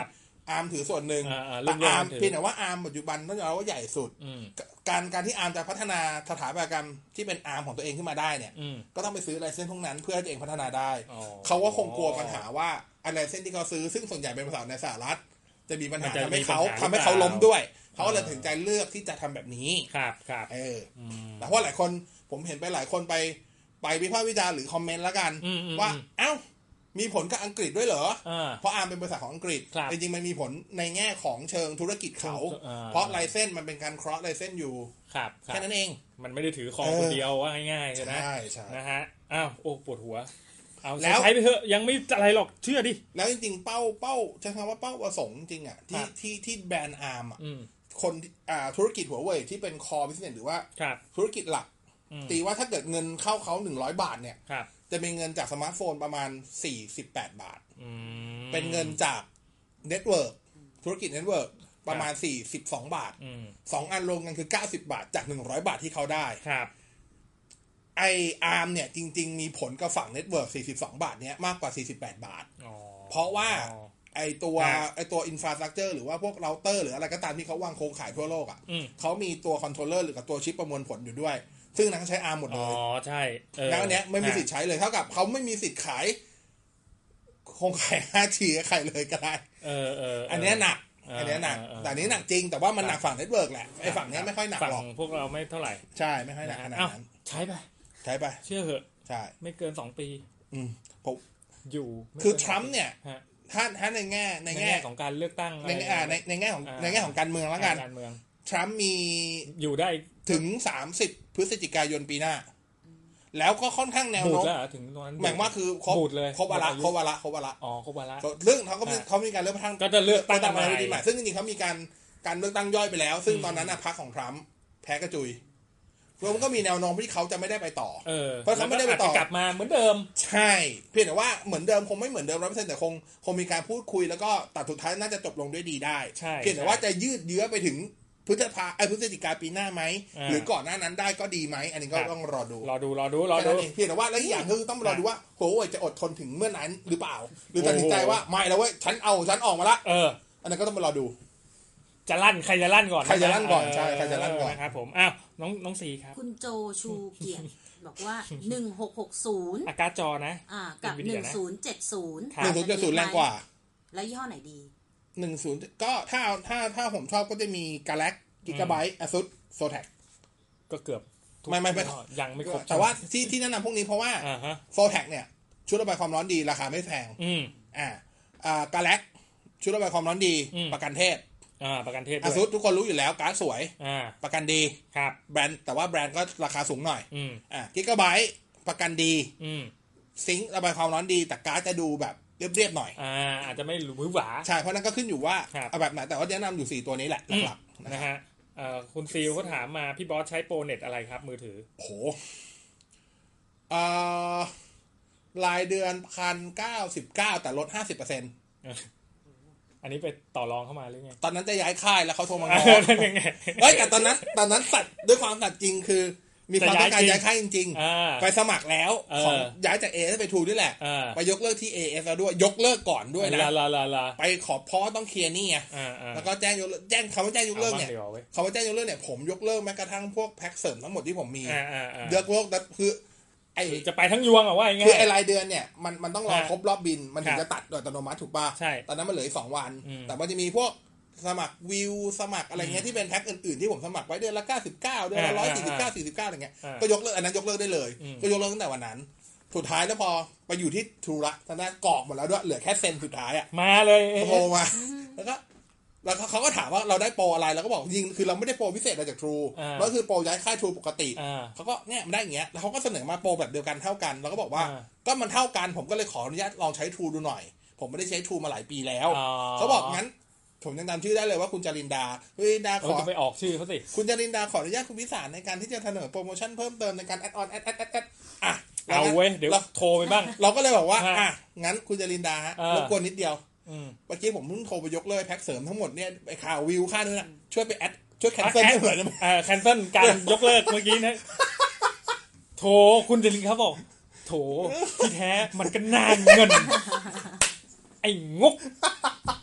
อาร์มถือส่วนหนึ่งแต่อาร์มเพียงแต่ว่าอาร์มปัจจุบันต้องยอมรับว่าใหญ่สุดการการที่อาร์มจะพัฒนาสถาปัตยกรรมที่เป็นอาร์มของตัวเองขึ้นมาได้เนี่ยก็ต้องไปซื้อไลเซนส์พวกนั้นเพื่อให้ตัวเองพัฒนาได้เขาก็คงกลัวปัญหาว่าอะไรเส้นที่เขาซื้อซึ่งส่วนใหญ่เป็นบริษัทในสหรัฐจะมีปัญหาทำให้เขาทำให้เขาล้มด้วยเขาเลยถึงใจเลือกที่จะทำแบบนี้ครับครับเออแต่เพราะหลายคนผมเห็นไปหลายคนไปไปวิพากษ์วิจารณ์หรือคอมเมนต์แล้วกันว่าเอ้ามีผลกับอังกฤษด้วยเหรอเพราะอาร์มเป็นบริษัทของอังกฤษจริงๆมันมีผลในแง่ของเชิงธุรกิจเขาเพราะไลเซนส์มันเป็นการ cross ไลเซนส์อยู่แค่นั้นเองมันไม่ได้ถือครองคนเดียวว่าง่ายๆใช่ไหมใช่ใช่นะฮะอ้าวโอ้ปวดหัวเอาแล้วใช้ไปเถอะยังไม่อะไรหรอกเชื่อดิแล้วจริงๆเป้าเป้าใช้คำว่าเป้าประสงค์จริงอ่ะที่ที่ที่แบรนด์อาร์มอ่ะคนอ่าธุรกิจหัวเว่ยที่เป็นคอบิสเนสหรือว่าธุรกิจหลักตีว่าถ้าเกิดเงินเข้าเขาหนึ่งร้อยบาทเนี่ยจะมีเงินจากสมาร์ทโฟนประมาณสี่สิบแปดบาทเป็นเงินจากเน็ตเวิร์กธุรกิจเน็ตเวิร์กประมาณสี่สิบสองบาทสองอันรวมกันคือเก้าสิบบาทจากหนึ่งร้อยบาทที่เขาได้ไออาร์มเนี่ยจริงๆมีผลกับฝั่งเน็ตเวิร์กสี่สิบสองบาทเนี้ยมากกว่าสี่สิบแปดบาทเพราะว่าไอตัวไอตัวอินฟราสตรัคเจอร์หรือว่าพวกเราเตอร์หรืออะไรก็ตามที่เขาวางโครงข่ายทั่วโลกอ่ะเขามีตัวคอนโทรลเลอร์หรือกับตัวชิปประมวลผลอยู่ด้วยซึ่งนั้นใช้อาร์มหมดเลยอ๋อใช่แล้วอันเนี้ยไม่มีสิทธิ์ใช้เลยเท่ากับเขาไม่มีสิทธิ์ขายโครงข่าย ห้าจี ให้ใครเลยก็ได้เออเอออันเนี้ยหนักอันนี้หนักแต่นี้หนักจริงแต่ว่ามันหนักฝั่งเน็ตเวิร์กแหละไอ้ฝั่งนี้ไม่ค่อยหนักหรอกพวกเราไม่เท่าไหร่ใช่ไม่ค่อยหนักขนาดนั้นใช้ไปใช้ไปเชื่อเหอะใช่ไม่เกินสองปีอืมผมอยู่คือทรัมป์เนี่ยถ้าถ้าในแง่ในแง่ของการเลือกตั้งในอ่าในในแง่ของในแง่ของการเมืองแล้วกันทรัมป์มีอยู่ได้ถึงสามสิบพฤศจิกายนปีหน้าแล้วก็ค่อนข้างแนวโน้มถึงตอนนั้นหมายว่าคือครบครบวาระครบวาระครบวาระอ๋อครบวาระเรื่องเขาก็มีเขามีการเลือกตั้งก็จะเลือกตั้งมาใหม่ซึ่งจริงๆเขามีการการเลือกตั้งย่อยไปแล้วซึ่งตอนนั้นน่ะพรรคของทรัมป์แพ้กระจุยเพราะมันก็มีแนวโน้มที่เขาจะไม่ได้ไปต่อเพราะเขาไม่ได้ไปต่อกลับมาเหมือนเดิมใช่เพียงแต่ว่าเหมือนเดิมคงไม่เหมือนเดิม ร้อยเปอร์เซ็นต์ แต่คงคงมีการพูดคุยแล้วก็ตัดสุดท้ายน่าจะจบลงด้วยดีได้เพียงแต่ว่าจะยืดเยื้อไปถึงพฤษภาไอ้พฤศจิกาปีหน้าไหมหรือก่อนหน้านั้นได้ก็ดีไหมอันนี้ก็ต้องรอดูรอดูรอดูรอดูเพียงแต่ว่าแล้วอีกอย่างคือต้องรอดูว่าโหจะอดทนถึงเมื่อนั้นหรือเปล่าหรือตัดสินใจว่าไม่แล้วเว้ยฉันเอาฉันออกมาละเอออันนั้นก็ต้องมารอดูจะลั่นใครจะลั่นก่อนใครจะลั่นก่อนใช่ใครจะลั่นก่อนนะครับผมอ้าวน้องน้องสีครับคุณโจชูเกียรติบอกว่าหนึ่งหกหกศูนย์อาการ์ดจอนะอ่ากับหนึ่งศูนย์เจ็ดศูนย์หนึ่งศูนย์เจ็ดศูนย์แรงกว่าแล้วยี่ห้อไหนดีหนึ่งศูนย์ก็ถ้าถ้าถ้าผมชอบก็จะมี Galaxy Gigabyte Asus Zotac ก็เกือบไม่ไม่ไม่ยังไม่ครบแต่ว่าที่ที่แนะนำพวกนี้เพราะว่า Zotac เนี่ยชุดระบายความร้อนดีราคาไม่แพงอ่าอ่า Galaxy ชุดระบายความร้อนดีประกันเทศอ่าประกันเทศ Asus ทุกคนรู้อยู่แล้วการ์ดสวยอ่าประกันดีครับแบรนด์แต่ว่าแบรนด์ก็ราคาสูงหน่อยอืมอ่า Gigabyte ประกันดีอืมซิงค์ระบายความร้อนดีแต่การ์ดจะดูแบบเรียบๆหน่อยอ่าอาจจะไม่หวือหวาใช่เพราะนั้นก็ขึ้นอยู่ว่าเอาแบบไหนแต่ว่าแนะนำอยู่สี่ตัวนี้แหละหลักๆนะฮะเอ่อคุณซีลเขาถามมาพี่บอสใช้โปรเน็ตอะไรครับมือถือโหเอ่อรายเดือน หนึ่งพันเก้าสิบเก้า แต่ลด ห้าสิบเปอร์เซ็นต์อันนี้ไปต่อรองเข้ามาหรือไงตอนนั้นจะย้ายค่ายแล้วเขาโทรมาง้อเฮ้ยแต่ตอนนั้นตอนนั้นสัตว์ด้วยความสัตย์จริงคือมีความต้องการย้ายค่ายจริงๆไปสมัครแล้วของย้ายจาก เอ เอส ไป True นี่แหละไปยกเลิกที่ เอ เอส แล้วด้วยยกเลิกก่อนด้วยนะไปขอเพราะต้องเคลียร์นี่ไงแล้วก็แจ้งยกแจ้งคำว่าแจ้งยกเลิกเนี่ยคำว่าแจ้งยกเลิกเนี่ยผมยกเลิกแม้กระทั่งพวกแพ็คเสริมทั้งหมดที่ผมมียกเลิกนั่นคือไอจะไปทั้งยวงอ่ะว่าอย่างเงี้ยคือไอรายเดือนเนี่ยมันมันต้องรอครบรอบบินมันถึงจะตัดโดยอัตโนมัติถูกป่ะใช่ตอนนั้นมันเหลืออีกสองวันแต่มันจะมีพวกสมัครวิวสมัครอะไรเงี้ยที่เป็นแพ็คอื่นๆที่ผมสมัครไว้เดือนละเก้าสิบเก้าเดือนละหนึ่งร้อยสี่สิบเก้า สี่สิบเก้าอะไรเงี้ยก็ยกเลิกอันนั้นยกเลิกได้เลยก็ยกเลิกตั้งแต่วันนั้นสุดท้ายแล้วพอไปอยู่ที่ทรูละตอนนั้นกรอกหมดแล้วด้วยเหลือแค่เซ็นสุดท้ายอ่ะมาเลยโทรมาแล้วก็แล้วเขาก็ถามว่าเราได้โปรอะไรเราก็บอกจริงคือเราไม่ได้โปรพิเศษอะไรจากทรูแล้วคือโปรย้ายค่ายทรูปกติเขาก็เนี่ยมันได้อย่างเงี้ยแล้วเขาก็เสนอมาโปรแบบเดียวกันเท่ากันเราก็บอกว่าก็มันเท่ากันผมก็เลยขออนุญาตลองใช้ทรูดูหน่อยผมไม่ได้ใช้ทรูมาหลายปีแล้วเขาบอกงั้นผมยังจำชื่อได้เลยว่าคุณจารินดาคุณจารินดาขอจะไปออกชื่อเขาสิคุณจารินดาขออนุญาตคุณวิสารในการที่จะเสนอโปรโมชั่นเพิ่มเติมในการแอดออนแอดแอดแอดแอดอ่ะเอาเว้ยเดี๋ยวโทรไปบ้างเราก็เลยบอกว่าอ่ะงั้นคุณจารินดาฮะรบกวนนิดเดียวเมื่อกี้ผมเพิ่งโทรไปยกเลิกแพ็คเสริมทั้งหมดเนี่ยไอ้ข่าววิวค่านั้นน่ะช่วยไปแอดช่วยแคนเซิลให้หน่อยได้มั้ยเออแคนเซิลการยกเลิกเมื่อกี้นะโทรคุณจารินครับบอกโถที่แท้มันก็น่าเงินไอ้งก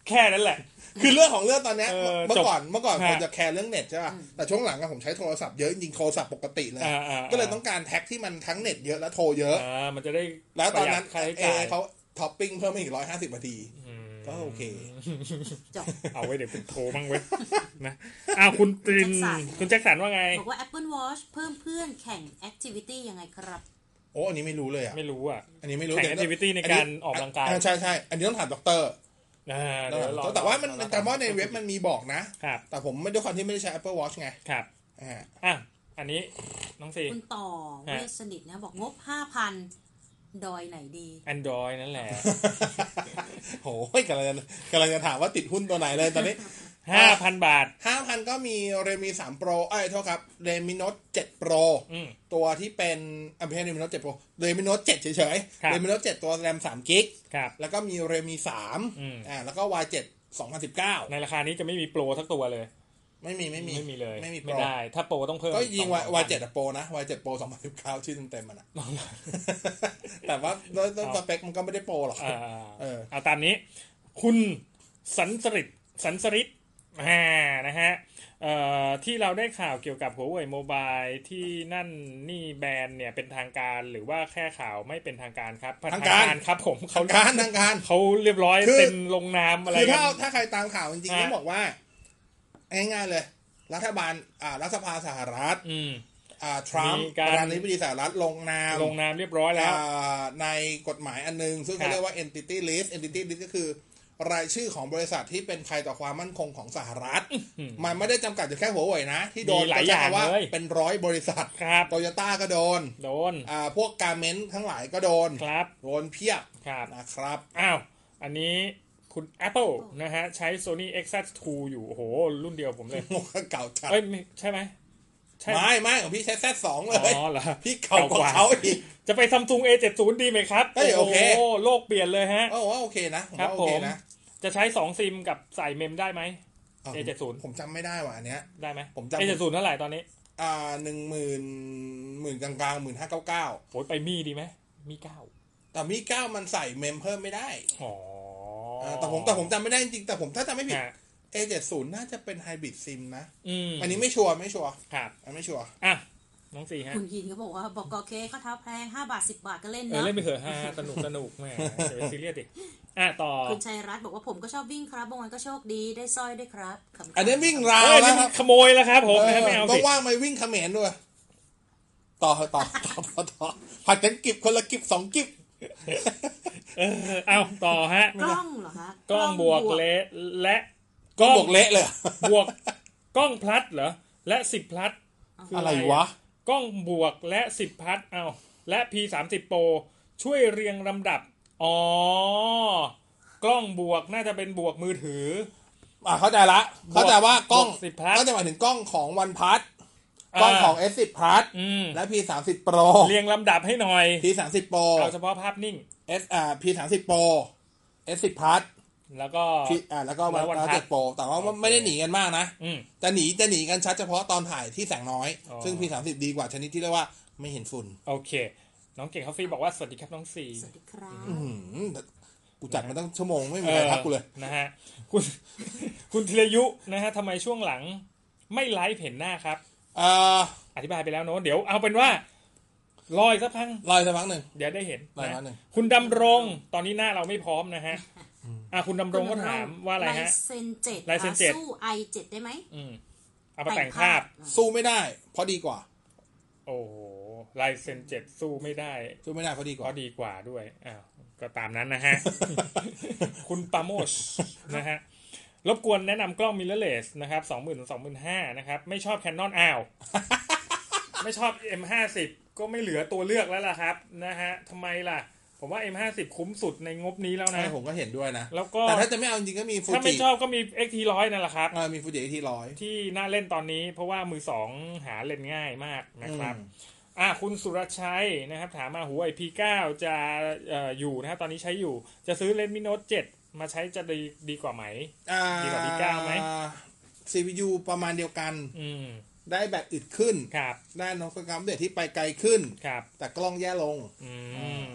แค่นั้นแหละคือเรื่องของเรื่องตอนนี้เมื่อก่อนเมื่อก่อนผมจะแคร์เรื่องเน็ตใช่ป่ะแต่ช่วงหลังผมใช้โทรศัพท์เยอะจริงๆโทรศัพท์ปกติเลยก็เลยต้องการแท็กที่มันทั้งเน็ตเยอะและโทรเยอะมันจะได้แล้วตอนนั้นเอเขาท็อปปิ้งเพิ่มมาอีกร้อยห้าสิบนาทีก็โอเคเอาไว้เดี๋ยวเป็นโทรบ้างเว้ยนะอ้าวคุณตรินคุณแจ็คสันว่าไงบอกว่า Apple Watch เพิ่มเพื่อนแข่ง Activity ยังไงครับโอ้อันนี้ไม่รู้เลยอ่ะไม่รู้อ่ะอันนี้ไม่รู้แข่ง Activity ในการออกกำลังกายใช่ใช่อันนี้ต้องถามด็อกเตอร์แต่ว่ามันแต่ว่าในเว็บมันมีบอกนะแต่ผมไม่ด้วยความที่ไม่ได้ใช้ Apple Watch ไงครับอ่ะอันนี้น้องซีคุณต่อเวชสนิทนะบอกงบ ห้าพัน ดอยไหนดี Android นั่นแหละโหกำลังกำลังจะถามว่าติดหุ้นตัวไหนเลยตอนนี้ห้าพัน บาทห้าพัน ก็มี Redmi สาม Pro เอ้ยโทษครับ Redmi Note เจ็ด Pro ตัวที่เป็นอ่ะไม่ใช่ Redmi Note เจ็ด Pro Redmi Note เจ็ดเฉยๆ Redmi Note เจ็ดตัว RAM สาม กิกะแล้วก็มี Redmi สามอ่าแล้วก็ วาย เจ็ด สองพันสิบเก้าในราคานี้จะไม่มีโปรสักตัวเลยไม่มีไม่มีไม่มีเลยไม่มีไม่ได้ถ้าโปรต้องเพิ่มก็ยิง วาย เจ็ด อ่ะโปรนะ วาย เจ็ด Pro สองพันสิบเก้าชื่อเต็มๆมันอ่ะแต่ว่าด้วยสเปคมันก็ไม่ได้โปรหรอกเออเอาตามนี้คุณสันสริตสันสริตอ่านะฮะเอ่อที่เราได้ข่าวเกี่ยวกับ Huawei Mobile ที่นั่นนี่แบรนด์เนี่ยเป็นทางการหรือว่าแค่ข่าวไม่เป็นทางการครับทางการครับผมทางการทางการเขาเรียบร้อยเป็นลงนามอะไรคือถ้าถ้าใครตามข่าวจริงๆต้องบอกว่าง่ายๆเลยรัฐบาลอ่ารัฐสภาสหรัฐอ่าทรัมป์ประธานาธิบดีสหรัฐลงนามลงนามเรียบร้อยแล้วในกฎหมายอันนึงซึ่งเขาเรียกว่า entity list entity list ก็คือรายชื่อของบริษัทที่เป็นภัยต่อความมั่นคงของสหรัฐมันไม่ได้จำกัดอยู่แค่หัวเว่ยนะที่โดนหลายอย่างว่าเป็นร้อยบริษัทโตโยต้าก็โดนโดนอ่าพวกการเมนต์ทั้งหลายก็โดนครับโดนเพียบนะครับอ้าวอันนี้คุณ Apple นะฮะใช้ Sony เอ็กซ์ แซด ทู อยู่โอ้โหรุ่นเดียวผมเลยเก่าจัดเอ้ยใช่ไหมไม่ไม่ของพี่ใช้ แซด สอง เลยอ๋อเหรอพี่เก่ากว่าเขาอีกจะไป Samsung เอ เจ็ดสิบ ดีไหมครับโอเคโอ้โลกเปลี่ยนเลยฮะโอ้โอเคนะครับโอเคนะจะใช้สองซิมกับใส่เมมได้ไหม เอ เจ็ดสิบผมจำไม่ได้ว่ะอันเนี้ยได้ไหมผมจำเอ เจ็ดสิบ เท่าไหร่ตอนนี้อ่า หนึ่งหมื่น หมื่นกลางๆ หนึ่งพันห้าร้อยเก้าสิบเก้าโหไปมีดีไหมมีเก้าแต่มีเก้ามันใส่เมมเพิ่มไม่ได้อ๋อแต่ผมแต่ผมจำไม่ได้จริงแต่ผมถ้าจำไม่ผิด เอ เจ็ดสิบ น่าจะเป็นไฮบริดซิมนะอันนี้ไม่ชัวร์ไม่ชัวร์ครับอันไม่ชัวร์อ่ะน้องสี่ฮะคุณยินเขาบอกว่าบอกกอเคเขาเท้าแพงห้าบาทสิบบาทก็เล่นเนอะเล่นไปเถอะฮะสนุกสนุกแม่จะเป็นซีเรียสดิอ่ะต่อคุณชัยรัตน์บอกว่าผมก็ชอบวิ่งครับบางวันก็โชคดีได้สร้อยด้วยครับอันนี้วิ่งราวแล้วขโมยแล้วครับผมไม่เอาสิต้องว่างไปวิ่งเขมรด้วยต่อต่อต่อต่อต่อผัดกันกิบคนละกิบสองกิบเอาต่อฮะกล้องเหรอคะกล้องบวกเละและกล้องบวกเละเลยบวกกล้องพลัดเหรอและสิบพลัดอะไรวะกล้องบวกและสิบพลัดเอาและ พี สามสิบ Pro ช่วยเรียงลำดับอ๋อกล้องบวกน่าจะเป็นบวกมือถืออ่ะเข้าใจละเข้าใจว่ากล้องก็จะหมายถึงกล้องของ OnePlus กล้องของ เอส สิบ Plus และ พี สามสิบ Pro เรียงลำดับให้หน่อยพี สามสิบ Pro เอาเฉพาะภาพนิ่ง S อ่า พี สามสิบ Pro เอส สิบ Plus แล้วก็อ่าแล้วก็วันเจ็ด Pro แต่ว่าไม่ได้หนีกันมากนะจะหนีจะหนีกันชัดเฉพาะตอนถ่ายที่แสงน้อยซึ่ง พี สามสิบ ดีกว่าชนิดที่เรียกว่าไม่เห็นฝุ่นโอเคน้องเก่งคอฟฟี่บอกว่าสวัสดีครับน้องสี่สวัสดีครับกูจัดมาตั้งชั่วโมงไม่มีใครพักกูเลยนะฮะคุณคุณธีรยุนะฮะทำไมช่วงหลังไม่ไลฟ์เห็นหน้าครับอ่าอธิบายไปแล้วเนอะเดี๋ยวเอาเป็นว่ารออีกสักพักรออีกสักพักหนึ่งเดี๋ยวได้เห็นนะคุณดำรงตอนนี้หน้าเราไม่พร้อมนะฮะอ่ะคุณดำรงก็ถามว่าอะไรฮะลายเซ็นเจ็ดลายเซ็นเจ็ดสู้ ไอ เจ็ด ได้ไหมอืมเอาไปแต่งภาพสู้ไม่ได้เพราะดีกว่าโอ้โหลายเซ็นเจ็ดสู้ไม่ได้สู้ไม่ได้เพราะดีกว่าเพราะดีกว่าด้วยอ้าวก็ตามนั้นนะฮะ คุณปาโมชนะฮะรบกวนแนะนำกล้อง mirrorless นะครับ สองหมื่น ถึง สองหมื่นห้าพัน นะครับไม่ชอบ Canon อ้าวไม่ชอบ เอ็ม ห้าสิบ ก็ไม่เหลือตัวเลือกแล้วล่ะครับนะฮะทำไมล่ะผมว่า เอ็ม ห้าสิบ คุ้มสุดในงบนี้แล้วนะผมก็เห็นด้วยนะแล้วก็แต่ถ้าจะไม่เอาจริงก็มี Fuji ถ้าไม่ชอบก็มี เอ็กซ์ ที หนึ่งร้อย นั่นแหละครับอ่ามี Fuji เอ็กซ์ ที หนึ่งร้อยที่น่าเล่นตอนนี้เพราะว่ามือสองหาเล่นง่ายมากนะครับอ่ะคุณสุรชัยนะครับถามมาหัวไอ พี เก้า จะเอ่ออยู่นะตอนนี้ใช้อยู่จะซื้อ Redmi Note เจ็ดมาใช้จะดีดีกว่าไหมดีกว่า พี เก้า ไหมซี พี ยู ประมาณเดียวกันอืมได้แบตอึดขึ้นครับได้นวัตกรรมเด็ดที่ไปไกลขึ้นครับแต่กล้องแย่ลงอืมโ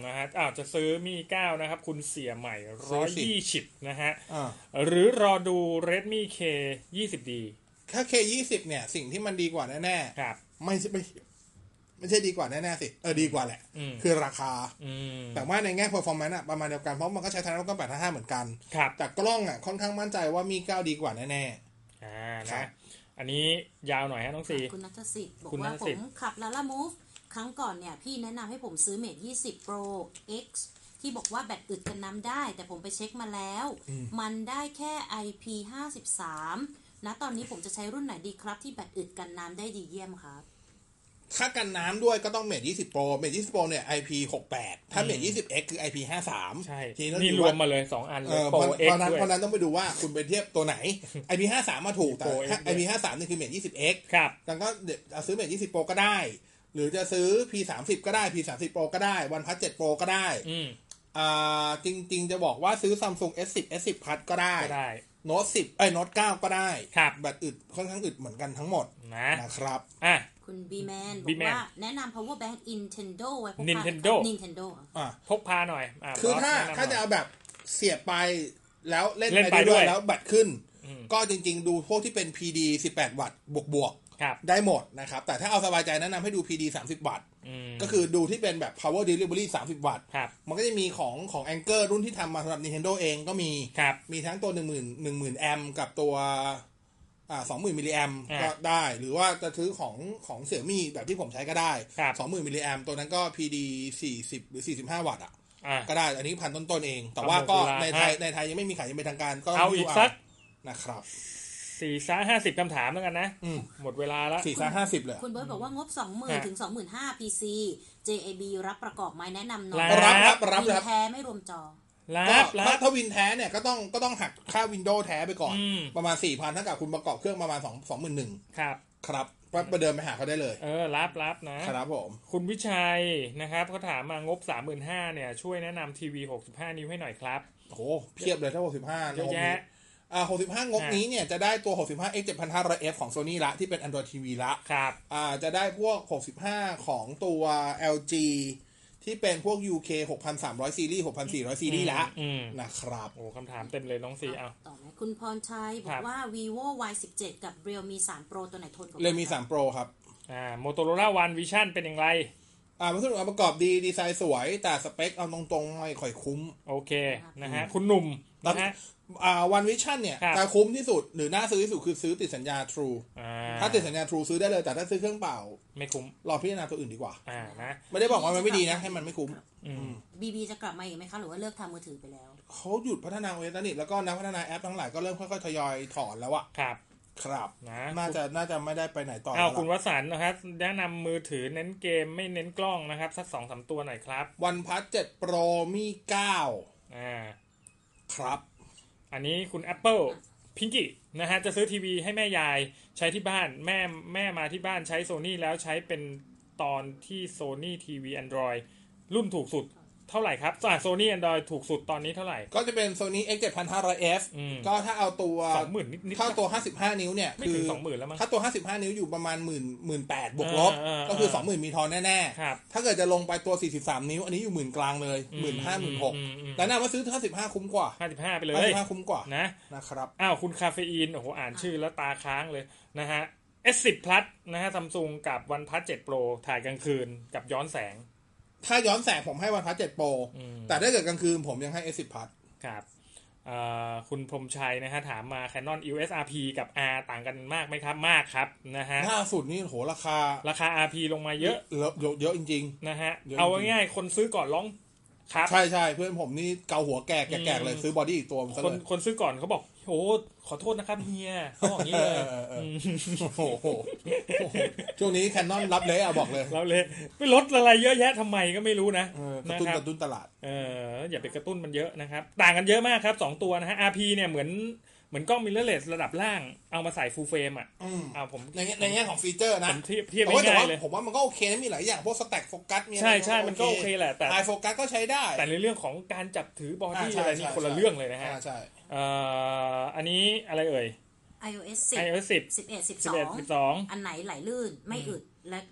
นะฮะอ้าวจะซื้อมีเก้านะครับคุณเสียใหม่หนึ่งร้อยยี่สิบนะฮะหรือรอดู Redmi เค ยี่สิบดีถ้า เค ยี่สิบ เนี่ยสิ่งที่มันดีกว่าแน่ๆครับไม่ไม่ไม่ใช่ดีกว่าแน่ๆสิเออดีกว่าแหละคือราคาแต่ว่าในแง่ performance อ่ะประมาณเดียวกันเพราะมันก็ใช้ Snapdragon แปดห้าห้าเหมือนกันแต่กล้องอ่ะค่อนข้างมั่นใจว่ามีเก้าดีกว่าแน่ๆอ่านะอันนี้ยาวหน่อยฮะน้องซีคุณณัฐศิษย์บอกว่าผมขับ Lala Move ครั้งก่อนเนี่ยพี่แนะนำให้ผมซื้อ Mate ยี่สิบ Pro X ที่บอกว่าแบตอึดกันน้ำได้แต่ผมไปเช็คมาแล้วมันได้แค่ ไอ พี ห้าสิบสามนะตอนนี้ผมจะใช้รุ่นไหนดีครับที่แบตอึดกันน้ำได้ดีเยี่ยมครับถ้ากันน้ำด้วยก็ต้อง Mate ยี่สิบ Pro Mate ยี่สิบ Pro เนี่ย ไอ พี หกสิบแปดถ้า Mate ยี่สิบ เอ็กซ์ คือ ไอ พี ห้าสิบสามใช่นี่รวมมาเลยสองอันเลย Pro X ด้วยเพราะนั้นต้องไปดูว่าคุณไปเทียบตัวไหน ไอ พี ห้าสิบสาม มาถูกแต่ ไอ พี ห้าสิบสาม นี่คือ Mate ยี่สิบ เอ็กซ์ ครับดังก็เอาซื้อ Mate ยี่สิบ Pro ก็ได้หรือจะซื้อ พี สามสิบ ก็ได้ พี สามสิบ Pro ก็ได้ OnePlus เจ็ด Pro ก็ได้อ่าจริงๆจะบอกว่าซื้อ Samsung เอส สิบ เอส สิบ Plus ก็ได้โน้ตสิบเอ้ยโน้ตเก้าก็ได้แบตอึดค่อนข้างอึดเหมือนกันทั้งหมดนะนะครับอ่ะคุณ B-Man บอกว่าแนะนำ power bank Nintendo ไว้พกพา Nintendo Nintendo อ่ะพกพาหน่อยอ่ะคือถ้าถ้าจะเอาแบบเสียบไปแล้วเล่นไปด้วยแล้วแบตขึ้นก็จริงๆดูพวกที่เป็น พี ดี สิบแปด วัตต์บวกๆได้หมดนะครับแต่ถ้าเอาสบายใจแนะนำให้ดู พี ดี สามสิบ วัตต์ก็คือดูที่เป็นแบบ power delivery สามสิบ วัตต์มันก็จะมีของของ Anker รุ่นที่ทำมาสำหรับ Nintendo เองก็มีมีทั้งตัว หนึ่งหมื่น หนึ่งหมื่น แอมป์กับตัวอ่า สองหมื่น มิลลิแอมป์ก็ได้หรือว่าจะซื้อของของ Xiaomi แบบที่ผมใช้ก็ได้ สองหมื่น มิลลิแอมป์ตัวนั้นก็ พี ดี สี่สิบ หรือ สี่สิบห้า วัตต์อ่ะก็ได้อันนี้พันต้นๆเองแต่ว่าก็ในไทยในไทยยังไม่มีขายยังเป็นทางการก็เอาอีกสักนะครับสี่ซ่าห้าสิบคำถามแล้วกันนะหมดเวลาแล้วสี่ซ่าห้าสิบเลยคุณเบิร์ตบอกว่างบ สองหมื่น ถึง สองหมื่นห้าพัน พี ซี เจ เอ บี รับประกอบไหมแนะนำหน่อยรับรับรับรับแท้ไม่รวมจอรับรับถ้าวินแท้เนี่ยก็ต้องก็ต้องหักค่าวินโดว์แท้ไปก่อนประมาณ สี่พัน เท่ากับคุณประกอบเครื่องประมาณสอง สองหมื่นหนึ่งพัน ครับครับไปเดินไปหาเขาได้เลยเออรับรับนะครับผมคุณวิชัยนะครับเขาถามมางบ สามหมื่นห้าพัน เนี่ยช่วยแนะนำทีวีหกสิบห้านิ้วให้หน่อยครับโอ้โหเพียบเลยถ้าหกสิบห้าเยอะแยะอ่าหกสิบห้างบนี้เนี่ยจะได้ตัว หกสิบห้า เอ็กซ์ เจ็ดพันห้าร้อยเอฟ ของ Sony ละที่เป็น Android ที วี ละครับอ่าจะได้พวกหกสิบห้าของตัว แอล จี ที่เป็นพวก ยู เค หกพันสามร้อย ซีรีส์ หกพันสี่ร้อย ซีรีส์ละนะครับโอ้คำถามเต็มเลยน้องซีเอาต่อไหมคุณพรชัยบอกว่า Vivo วาย สิบเจ็ด กับ Realme สาม Pro ตัวไหนทนกว่า Realme สาม Pro ครับอ่า Motorola One Vision เป็นอย่างไรอ่าวัสดุประกอบดีดีไซน์สวยแต่สเปคเอาตรงๆไม่ค่อยคุ้มโอเคนะฮะคุณหนุ่มนะฮะอ่า One Vision เนี่ยแต่คุ้มที่สุดหรือน่าซื้อที่สุดคือซื้อติดสัญญา True ถ้าติดสัญญา True ซื้อได้เลยแต่ถ้าซื้อเครื่องเปล่าไม่คุ้มรอพิจารณาตัวอื่นดีกว่าอ่านะไม่ได้บอกว่ามันไม่ดีนะให้มันไม่คุ้มบีบีจะกลับมาอีกไหมคะหรือว่าเลิกทำมือถือไปแล้วเขาหยุดพัฒนา โอ เอส แล้วนี่แล้วก็นักพัฒนาแอปทั้งหลายก็เริ่มค่อยๆทยอยถอนแล้วอะครับครับนะน่าจะน่าจะไม่ได้ไปไหนต่อแล้วคุณวสันต์นะครับแนะนำมือถือเน้นเกมไม่เน้นกล้องนะครับสัก สองสาม ตัวหน่อยครับ OnePlus เจ็ด Pro มี เก้าอ่าครับอันนี้คุณ Apple พิงกี้นะฮะจะซื้อทีวีให้แม่ยายใช้ที่บ้านแม่แม่มาที่บ้านใช้ Sony แล้วใช้เป็นตอนที่ Sony ที วี Android รุ่นถูกสุดเท่าไหร่ครับส่วน Sony Android ถูกสุดตอนนี้เท่าไหร่ก็จะเป็น Sony เอ็กซ์ เจ็ดพันห้าร้อยเอฟ ก็ถ้าเอาตัวสองหมื่น นิดๆถ้าตัวห้าสิบห้านิ้วเนี่ยคือ สองหมื่น แล้วมั้งถ้าตัวห้าสิบห้านิ้วอยู่ประมาณ หนึ่งหมื่นแปดพัน บวกลบก็คือ สองหมื่น มีทอนแน่ๆถ้าเกิดจะลงไปตัวสี่สิบสามนิ้วอันนี้อยู่หมื่นกลางเลย หนึ่งหมื่นห้าพัน หนึ่งหมื่นหกพัน แต่น่าว่าซื้อห้าสิบห้าคุ้มกว่าห้าสิบห้าไปเลยห้าสิบห้าคุ้มกว่านะนะครับอ้าวคุณคาเฟอีนโอ้โหอ่านชื่อแล้วตาค้างเลยนะฮะ เอส สิบ Plus นะฮะ Samsung กับ OnePlus เจ็ด Pro ถ่ายกลางคืนกับย้อนแสงถ้าย้อนแสงผมให้ OnePlus เจ็ด Pro แต่ถ้าเกิดกลางคืนผมยังให้ เอส สิบ Plus ครับคุณพรหมชัยนะฮะถามมา Canon อี โอ เอส อาร์ พี กับ R ต่างกันมากไหมครับมากครับนะฮะล่าสุดนี่โหราคาราคา อาร์ พี ลงมาเยอะเยอะเยอะจริงๆนะฮะเอาง่ายๆคนซื้อก่อนร้องครับใช่ใช่เพื่อนผมนี่เกาหัวแก่แก่เลยซื้อบอดี้อีกตัวซะเลยคนซื้อก่อนเขาบอกโอ้ขอโทษนะครับเฮียเขาบอกอย่างนี้เลยโอ้โหช่วงนี้แคนนอนรับเลยอ่ะบอกเลยรับเลยไม่ลดอะไรเยอะแยะทำไมก็ไม่รู้นะกระตุ้นกระตุ้นตลาดเอออย่าไปกระตุ้นมันเยอะนะครับต่างกันเยอะมากครับสองตัวนะฮะ อาร์ พี เนี่ยเหมือนเหมือนกล้องมิเรอร์เลสระดับล่างเอามาใส่ฟูลเฟรมอ่ะอ่าผมในในแง่ของฟีเจอร์นะผมเทียบเทียบไม่ได้เลยผมว่ามันก็โอเคนะมีหลายอย่างพวกสแต็กโฟกัสมีอะไรใช่ใช่มันก็โอเคแหละแต่ไอโฟกัสก็ใช้ได้แต่ในเรื่องของการจับถือบอดี้อะไรนี่คนละเรื่องเลยนะฮะใช่อ่าอันนี้อะไรเอ่ย iOS สิบ iOS สิบสิบเอ็ด สิบสองอันไหนไหลลื่นไม่อึดและ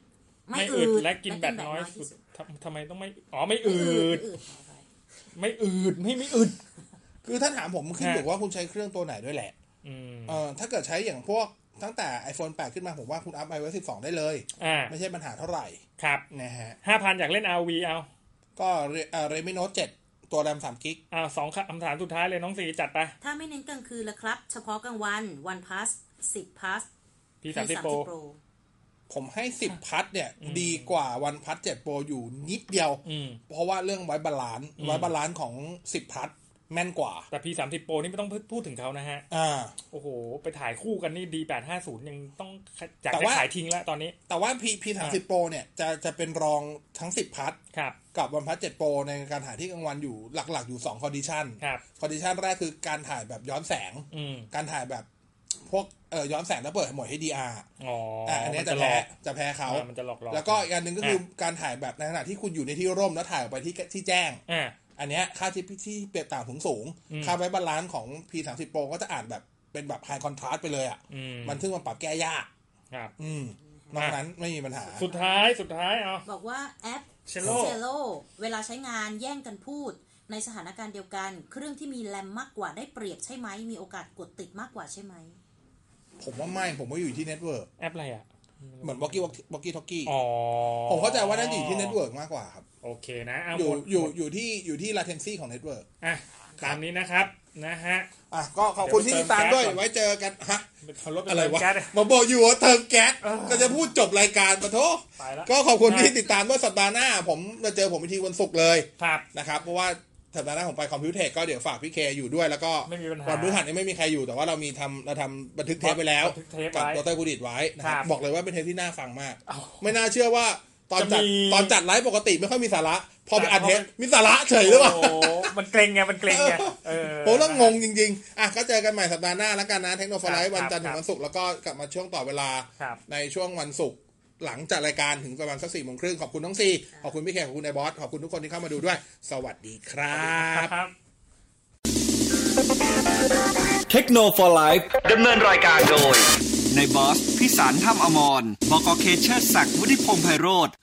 ไม่อืดและกินแบตน้อยสุดทำไมต้องไม่อ๋อไม่อืดไม่อืดไม่ไม่อืดคือถ้าถามผมขึ้นอยู่ว่าคุณใช้เครื่องตัวไหนด้วยแหละเออถ้าเกิดใช้อย่างพวกตั้งแต่ iPhone แปดขึ้นมาผมว่าคุณอัพ ไอ โอ เอส สิบสองได้เลยไม่ใช่ปัญหาเท่าไหร่ครับนะฮะห้าพัน อยากเล่น อาร์ วี เอาก็เอ่อ Redmi Note เจ็ดตัวแรมสามกิกอ่าสองคำถามสุดท้ายเลยน้องสีจัดไปถ้าไม่เน้นกลางคืนละครับเฉพาะกลางวัน OnePlus สิบ Plus พี สามสิบ Pro ผมให้สิบ Plus เนี่ยดีกว่า OnePlus เจ็ด Pro อยู่นิดเดียวเพราะว่าเรื่องไว้บาลานซ์ไว้บาลานซ์ของสิบ Plus แม่นกว่าแต่ พี สามสิบ Pro นี่ไม่ต้องพูดถึงเขานะฮะอ่าโอ้โหไปถ่ายคู่กันนี่ ดี แปดห้าศูนย์ ยังต้องจากจะขายทิ้งแล้วตอนนี้แต่ว่า P พี สามสิบ Pro เนี่ยจะจะเป็นรองทั้งสิบ Plus ครับกับ OnePlus เจ็ด Pro ในการถ่ายที่กลางวันอยู่หลักๆอยู่สอง condition ครับ condition แรกคือการถ่ายแบบย้อนแสงการถ่ายแบบพวกเอ่อย้อนแสงแล้วเปิดโหมด เอช ดี อาร์อ๋ออันนี้จะแพ้จะแพ้เขามันจะหลอกๆแล้วก็อีกอันนึงก็คือการถ่ายแบบในขณะที่คุณอยู่ในที่ร่มแล้วถ่ายออกไปที่ที่แจ้งอันเนี้ยค่าที่ที่เปรียบต่างสูงสูงค่าไว้บาลานซ์ของ พี สามสิบ Pro ก็จะอ่านแบบเป็นแบบ high contrast ไปเลยอ่ะมันซึ่งมันปรับแก้ยากครับอืมนอกนั้นไม่มีปัญหาสุดท้ายสุดท้ายเอาบอกว่าแอป Cello Cello เวลาใช้งานแย่งกันพูดในสถานการณ์เดียวกันเครื่องที่มีแรมมากกว่าได้เปรียบใช่ไหมมีโอกาสกดติดมากกว่าใช่ไหมผมว่าไม่ผมว่าอยู่ที่เน็ตเวิร์กแอปอะไรอ่ะเหมือนบล็อกกี้บล็อกกี้ท็อกกี้อ๋อผมเข้าใจว่าน่าจะอยู่ที่เน็ตเวิร์กมากกว่าครับโอเคนะอยู่อยู่อยู่ที่อยู่ที่ latency ของเน็ตเวิร์กอ่ะตามนี้นะครับนะฮะอ่ะก็ขอบคุณที่ติดตามด้วยไว้เจอกันฮะอะไรวะมาบอกอยู่ว่าเติมแก๊สก็จะพูดจบรายการปะโถก็ขอบคุณที่ติดตามด้วยสัปดาห์หน้าผมจะเจอผมอีกทีวันศุกร์เลยนะครับเพราะว่าสัปดาห์หน้าผมไปคอมพิวเทคก็เดี๋ยวฝากพี่เคอยู่ด้วยแล้วก็วันพฤหัสนี้ไม่มีใครอยู่แต่ว่าเรามีทำเราทำบันทึกเทปไปแล้วกับดร.กุดิตไว้นะครับบอกเลยว่าเป็นเทปที่น่าฟังมากไม่น่าเชื่อว่าตอนจัดตอนจัดไลฟ์ปกติไม่ค่อยมีสาระพอไปอัดเทปมีสาระเฉยหรือเปล่ามันเกรงไงมันเกรงไงเออผมต้องงงจริงๆอ่ะก็เจอกันใหม่สัปดาห์หน้าแล้วกันนะเทคโนโลยีวันจันทร์ถึงวันศุกร์แล้วก็กลับมาช่วงต่อเวลาในช่วงวันศุกร์หลังจากรายการถึงประมาณสักสี่โมงครึ่งขอบคุณน้องซีขอบคุณพี่แขกขอบคุณนายบอสขอบคุณทุกคนที่เข้ามาดูด้วยสวัสดีครับเทคโนโลยีไลฟ์ดำเนินรายการโดยนายบอสพิสารถ้ำอมร บก.เคเชอร์ศักดิ์วุฒิพงษ์ไพโรจน์